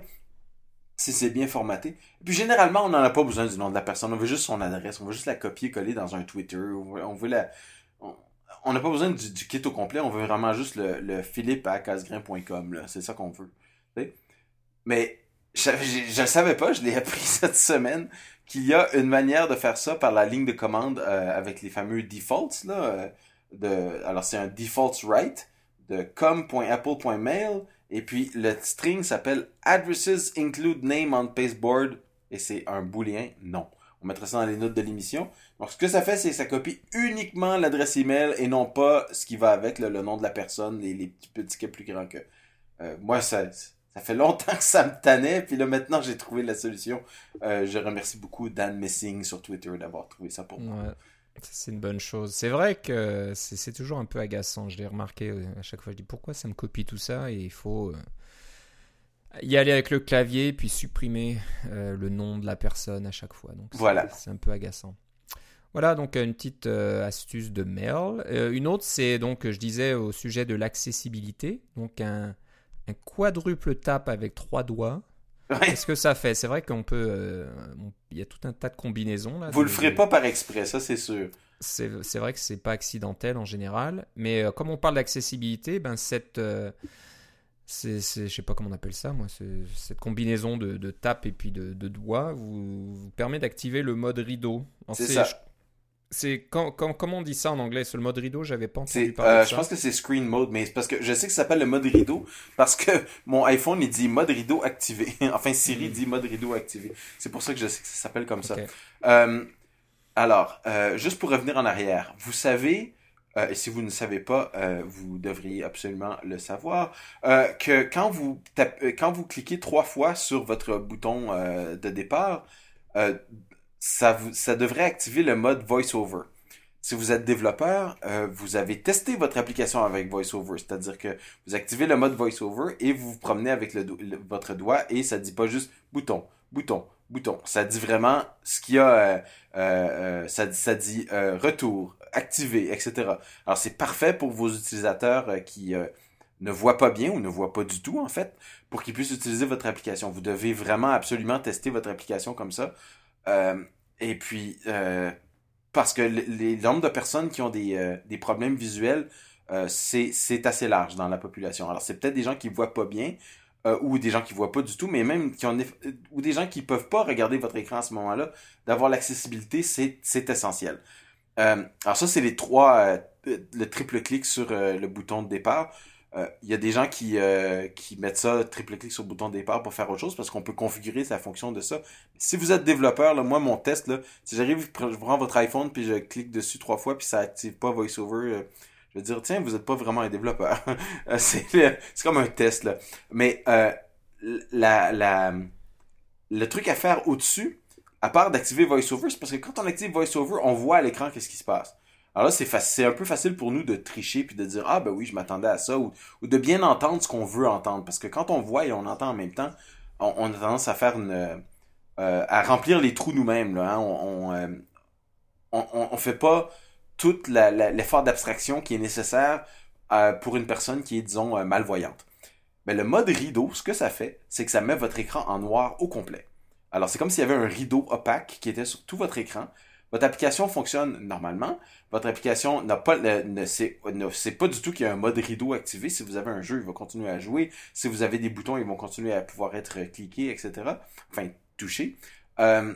si c'est bien formaté. Et puis généralement, on n'en a pas besoin du nom de la personne, on veut juste son adresse, on veut juste la copier-coller dans un Twitter, on veut, on veut la... On on n'a pas besoin du, du kit au complet, on veut vraiment juste le, le philippe à casgrain point com, là, c'est ça qu'on veut. Tu sais? Mais je, je, je le savais pas, je l'ai appris cette semaine, qu'il y a une manière de faire ça par la ligne de commande euh, avec les fameux defaults, là, euh, de, alors c'est un defaults write de com point apple point mail, et puis le string s'appelle addresses include name on pasteboard, et c'est un booléen non. On mettra ça dans les notes de l'émission. Donc ce que ça fait, c'est que ça copie uniquement l'adresse email et non pas ce qui va avec, là, le nom de la personne, les, les petits petits cas plus grands que. Euh, moi, ça, ça fait longtemps que ça me tannait, puis là maintenant j'ai trouvé la solution. Euh, je remercie beaucoup Dan Messing sur Twitter d'avoir trouvé ça pour moi. Ouais, ça, c'est une bonne chose. C'est vrai que c'est, c'est toujours un peu agaçant. Je l'ai remarqué euh, à chaque fois. Je dis pourquoi ça me copie tout ça et il faut euh, y aller avec le clavier puis supprimer euh, le nom de la personne à chaque fois. Donc c'est, Voilà. c'est un peu agaçant. Voilà donc une petite euh, astuce de mail. Euh, une autre, c'est donc je disais au sujet de l'accessibilité. Donc un, un quadruple tap avec trois doigts. Ouais. Qu'est-ce que ça fait? C'est vrai qu'on peut, euh, on- il y a tout un tas de combinaisons là. Vous de- le ferez de- pas par exprès, ça c'est sûr. C'est, c'est vrai que c'est pas accidentel en général, mais euh, comme on parle d'accessibilité, ben cette, euh, c'est, c'est, je sais pas comment on appelle ça, moi, c'est- cette combinaison de, de tape et puis de, de doigts vous, vous permet d'activer le mode rideau. Alors, C'est c'est, ça. je- C'est quand, quand, comment on dit ça en anglais? Sur le mode rideau, j'avais pas entendu C'est, parler euh, de je ça. pense que c'est screen mode, mais c'est parce que je sais que ça s'appelle le mode rideau parce que mon iPhone il dit mode rideau activé. Enfin, Siri Mm. dit mode rideau activé. C'est pour ça que je sais que ça s'appelle comme ça. Ok. Euh, alors, euh, juste pour revenir en arrière, vous savez, euh, et si vous ne savez pas, euh, vous devriez absolument le savoir, euh, que quand vous tapez, quand vous cliquez trois fois sur votre bouton euh, de départ, euh, ça, vous, ça devrait activer le mode VoiceOver. Si vous êtes développeur, euh, vous avez testé votre application avec VoiceOver, c'est-à-dire que vous activez le mode VoiceOver et vous vous promenez avec le, do- le- votre doigt et ça dit pas juste bouton, bouton, bouton. Ça dit vraiment ce qu'il y a, euh, euh, euh, ça, dit- ça dit euh, retour, activé, et cetera. Alors c'est parfait pour vos utilisateurs euh, qui euh, ne voient pas bien ou ne voient pas du tout en fait, pour qu'ils puissent utiliser votre application. Vous devez vraiment absolument tester votre application comme ça. Euh, et puis, euh, parce que les, les nombres de personnes qui ont des, euh, des problèmes visuels, euh, c'est, c'est assez large dans la population. Alors, c'est peut-être des gens qui voient pas bien, euh, ou des gens qui voient pas du tout, mais même qui ont, ou des gens qui peuvent pas regarder votre écran à ce moment-là, d'avoir l'accessibilité, c'est, c'est essentiel. Euh, alors ça, c'est les trois, euh, le triple clic sur euh, le bouton de départ. Euh, Il y a des gens qui, euh, qui mettent ça, triple clic sur le bouton de départ pour faire autre chose, parce qu'on peut configurer sa fonction de ça. Si vous êtes développeur, là, moi, mon test, là, si j'arrive, je prends votre iPhone, puis je clique dessus trois fois, puis ça active pas VoiceOver, euh, je vais dire, tiens, vous êtes pas vraiment un développeur. c'est, c'est comme un test, là. Mais euh, la, la, le truc à faire au-dessus, à part d'activer VoiceOver, c'est parce que quand on active VoiceOver, on voit à l'écran qu'est-ce qui se passe. Alors là, c'est, faci- c'est un peu facile pour nous de tricher puis de dire ah ben oui, je m'attendais à ça ou, ou de bien entendre ce qu'on veut entendre parce que quand on voit et on entend en même temps, on, on a tendance à faire une euh, à remplir les trous nous-mêmes là. Hein. On, on, euh, on, on, on fait pas tout la, la, l'effort d'abstraction qui est nécessaire euh, pour une personne qui est disons euh, malvoyante. Mais le mode rideau, ce que ça fait, c'est que ça met votre écran en noir au complet. Alors, c'est comme s'il y avait un rideau opaque qui était sur tout votre écran. Votre application fonctionne normalement. Votre application n'a pas, le, ne, sait, ne sait pas du tout qu'il y a un mode rideau activé. Si vous avez un jeu, il va continuer à jouer. Si vous avez des boutons, ils vont continuer à pouvoir être cliqués, et cetera. Enfin, touchés. Euh,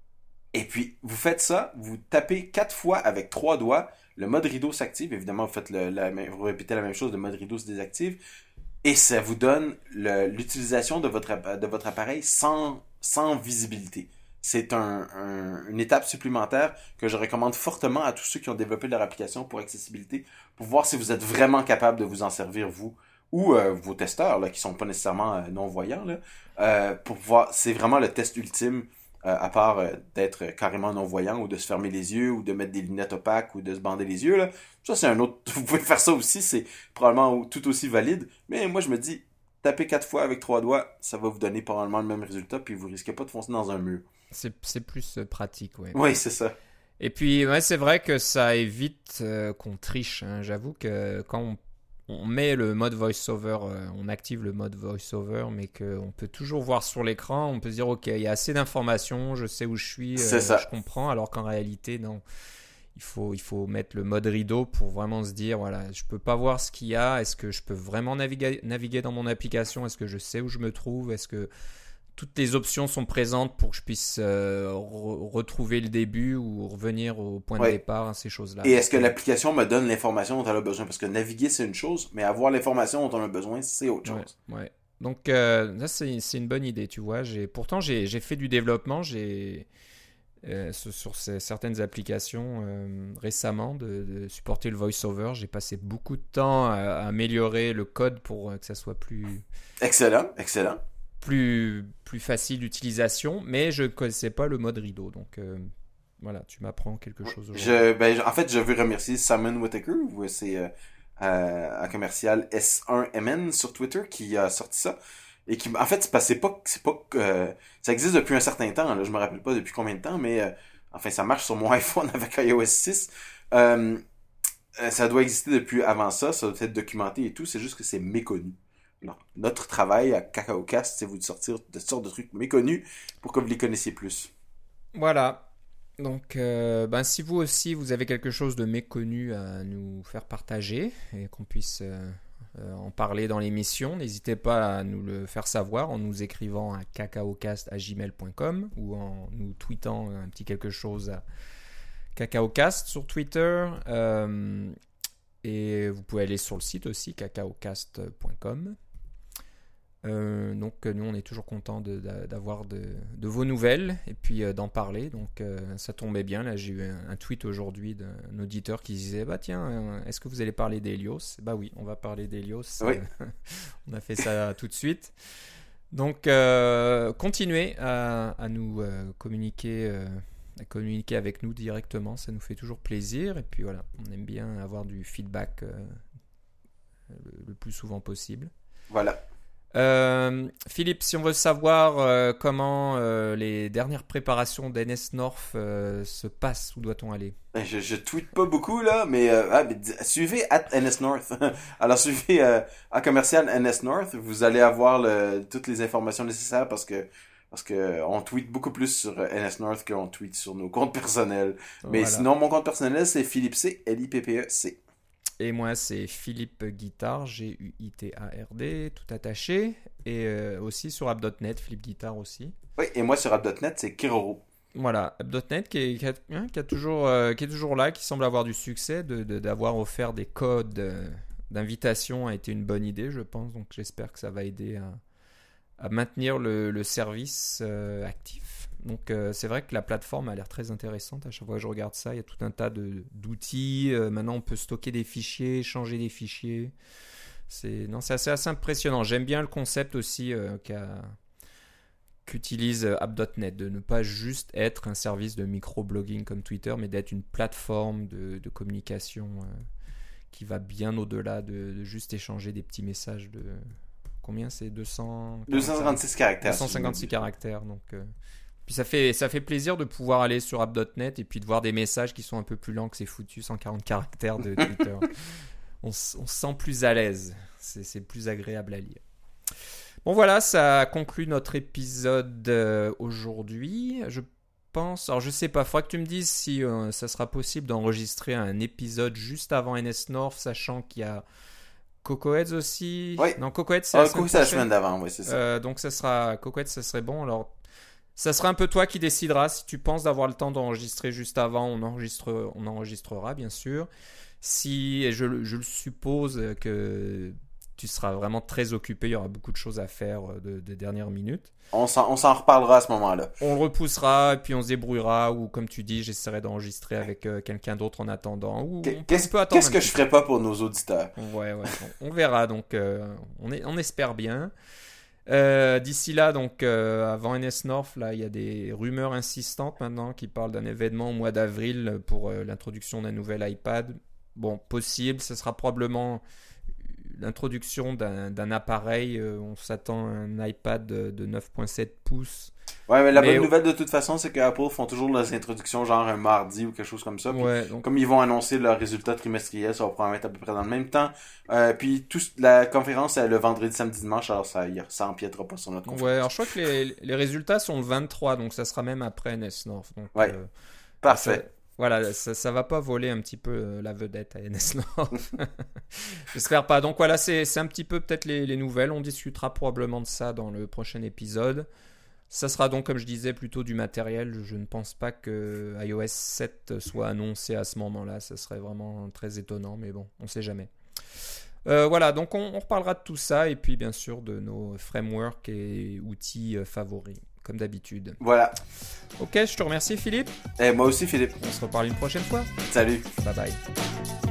et puis, vous faites ça, vous tapez quatre fois avec trois doigts. Le mode rideau s'active. Évidemment, vous faites le, la, vous répétez la même chose, le mode rideau se désactive. Et ça vous donne le, l'utilisation de votre, de votre appareil sans, sans visibilité. C'est un, un, une étape supplémentaire que je recommande fortement à tous ceux qui ont développé leur application pour accessibilité, pour voir si vous êtes vraiment capable de vous en servir, vous, ou euh, vos testeurs, là, qui sont pas nécessairement euh, non-voyants, là, euh, pour voir, c'est vraiment le test ultime, euh, à part euh, d'être carrément non-voyant, ou de se fermer les yeux, ou de mettre des lunettes opaques, ou de se bander les yeux, là. Ça, c'est un autre, vous pouvez faire ça aussi, c'est probablement tout aussi valide, mais moi, je me dis, taper quatre fois avec trois doigts, ça va vous donner probablement le même résultat, puis vous risquez pas de foncer dans un mur. C'est, c'est plus euh, pratique, ouais. Oui, c'est ça. Et puis, ouais, c'est vrai que ça évite euh, qu'on triche. Hein. J'avoue que quand on, on met le mode voice-over, euh, on active le mode voice-over, mais qu'on peut toujours voir sur l'écran, on peut se dire, ok, il y a assez d'informations, je sais où je suis, C'est euh, ça. je comprends, alors qu'en réalité, non. Il faut, il faut mettre le mode rideau pour vraiment se dire, voilà, je peux pas voir ce qu'il y a, est-ce que je peux vraiment naviguer, naviguer dans mon application, est-ce que je sais où je me trouve, est-ce que toutes les options sont présentes pour que je puisse euh, re- retrouver le début ou revenir au point de Ouais. départ, ces choses-là. Et est-ce que l'application me donne l'information dont elle a besoin? Parce que naviguer, c'est une chose, mais avoir l'information dont on a besoin, c'est autre Ouais, chose. ouais. Donc, euh, ça, c'est, c'est une bonne idée, tu vois. J'ai, pourtant, j'ai, j'ai fait du développement j'ai, euh, sur, sur ces, certaines applications euh, récemment de, de supporter le voice-over. J'ai passé beaucoup de temps à, à améliorer le code pour euh, que ça soit plus... Excellent, excellent. plus, plus facile d'utilisation, mais je ne connaissais pas le mode rideau. Donc euh, voilà, tu m'apprends quelque chose aujourd'hui. Je, ben, en fait, je veux remercier Simon Whittaker, ou c'est euh, euh, un commercial S un M N sur Twitter qui a sorti ça. Et qui, en fait, c'est pas, c'est pas, c'est pas euh, ça existe depuis un certain temps. Là, je me rappelle pas depuis combien de temps, mais euh, enfin, ça marche sur mon iPhone avec iOS six. Euh, ça doit exister depuis avant ça. Ça doit être documenté et tout. C'est juste que c'est méconnu. Non. Notre travail à CacaoCast, c'est vous de sortir de sortes de trucs méconnus pour que vous les connaissiez plus. Voilà. Donc, euh, ben, si vous aussi, vous avez quelque chose de méconnu à nous faire partager et qu'on puisse euh, euh, en parler dans l'émission, n'hésitez pas à nous le faire savoir en nous écrivant à cacaocast arobase gmail point com ou en nous tweetant un petit quelque chose à CacaoCast sur Twitter. Euh, et vous pouvez aller sur le site aussi, cacaocast point com. Euh, donc nous on est toujours content de, de, d'avoir de, de vos nouvelles et puis euh, d'en parler, donc euh, ça tombait bien. Là j'ai eu un, un tweet aujourd'hui d'un auditeur qui disait bah tiens euh, est-ce que vous allez parler d'Helios? Bah oui, on va parler d'Helios. Oui. On a fait ça tout de suite, donc euh, continuez à, à nous euh, communiquer euh, à communiquer avec nous directement, ça nous fait toujours plaisir. Et puis voilà, on aime bien avoir du feedback euh, le, le plus souvent possible. Voilà. Euh, Philippe, si on veut savoir euh, comment euh, les dernières préparations d'N S North euh, se passent, où doit-on aller? Je, je tweete pas beaucoup là, mais, euh, ah, mais suivez at N S North. Alors suivez euh, à commercial N S North, vous allez avoir le, toutes les informations nécessaires parce que parce que on tweet beaucoup plus sur N S North qu'on tweet sur nos comptes personnels. Mais Voilà. sinon, mon compte personnel c'est Philippe C, L I P P E C. Et moi, c'est Philippe Guitard, G U I T A R D, tout attaché. Et euh, aussi sur app point net, Philippe Guitard aussi. Oui, et moi sur app point net, c'est Kiroro. Voilà, app point net qui est, qui, a, hein, qui, a toujours, euh, qui est toujours là, qui semble avoir du succès. De, de, d'avoir offert des codes euh, d'invitation a été une bonne idée, je pense. Donc j'espère que ça va aider à, à maintenir le, le service euh, actif. Donc euh, c'est vrai que la plateforme a l'air très intéressante. À chaque fois que je regarde ça, il y a tout un tas de, d'outils. Euh, maintenant, on peut stocker des fichiers, changer des fichiers. C'est, non, c'est assez, assez impressionnant. J'aime bien le concept aussi euh, qu'a, qu'utilise app point net, de ne pas juste être un service de micro-blogging comme Twitter, mais d'être une plateforme de, de communication euh, qui va bien au-delà de, de juste échanger des petits messages de... Combien c'est? deux cent cinquante-six caractères. deux cent cinquante-six caractères, donc... Euh, Puis ça fait, ça fait plaisir de pouvoir aller sur app point net et puis de voir des messages qui sont un peu plus lents que ces foutus cent quarante caractères de Twitter. on, on se sent plus à l'aise. C'est, c'est plus agréable à lire. Bon voilà, ça conclut notre épisode euh, aujourd'hui. Je pense... Alors je sais pas, il faudra que tu me dises si euh, ça sera possible d'enregistrer un épisode juste avant N S North, sachant qu'il y a Cocoheads aussi. Oui. Non, Cocoheads c'est, ah, la, semaine c'est la semaine d'avant, oui, c'est ça. Euh, donc ça sera... Cocoheads, ça serait bon. Alors... Ça sera un peu toi qui décideras. Si tu penses d'avoir le temps d'enregistrer juste avant, on, enregistre, on enregistrera bien sûr. Si, et je, je le suppose que tu seras vraiment très occupé, il y aura beaucoup de choses à faire de, de dernière minute. On s'en, on s'en reparlera à ce moment-là. On le repoussera et puis on se débrouillera, ou comme tu dis, j'essaierai d'enregistrer avec euh, quelqu'un d'autre en attendant. Ou Qu'est-ce, on peut, on peut attendre qu'est-ce que je ferais pas pour nos auditeurs? Ouais, ouais, on, on verra. Donc, euh, on, est, on espère bien. Euh, d'ici là, donc euh, avant N S North, là, il y a des rumeurs insistantes maintenant qui parlent d'un événement au mois d'avril pour euh, l'introduction d'un nouvel iPad. Bon, possible, ce sera probablement l'introduction d'un, d'un appareil. Euh, on s'attend à un iPad de, de neuf virgule sept pouces. Ouais, mais la mais bonne nouvelle de toute façon, c'est qu'Apple font toujours leurs introductions genre un mardi ou quelque chose comme ça. Puis, ouais, donc... comme ils vont annoncer leurs résultats trimestriels, ça va probablement être à peu près dans le même temps. Euh, puis tout, la conférence est le vendredi, samedi, dimanche, alors ça, ça empiètera pas sur notre conférence. Ouais, alors je crois que les, les résultats sont le vingt-trois, donc ça sera même après N S North. Donc, ouais, euh, parfait. Ça, voilà, ça, ça va pas voler un petit peu la vedette à N S North. J'espère pas. Donc voilà, c'est, c'est un petit peu peut-être les, les nouvelles. On discutera probablement de ça dans le prochain épisode. Ça sera donc, comme je disais, plutôt du matériel. Je ne pense pas que i O S sept soit annoncé à ce moment-là. Ça serait vraiment très étonnant, mais bon, on ne sait jamais. Euh, voilà, donc on, on reparlera de tout ça et puis bien sûr de nos frameworks et outils favoris, comme d'habitude. Voilà. Ok, je te remercie Philippe. Et moi aussi Philippe. On se reparle une prochaine fois. Salut. Bye bye.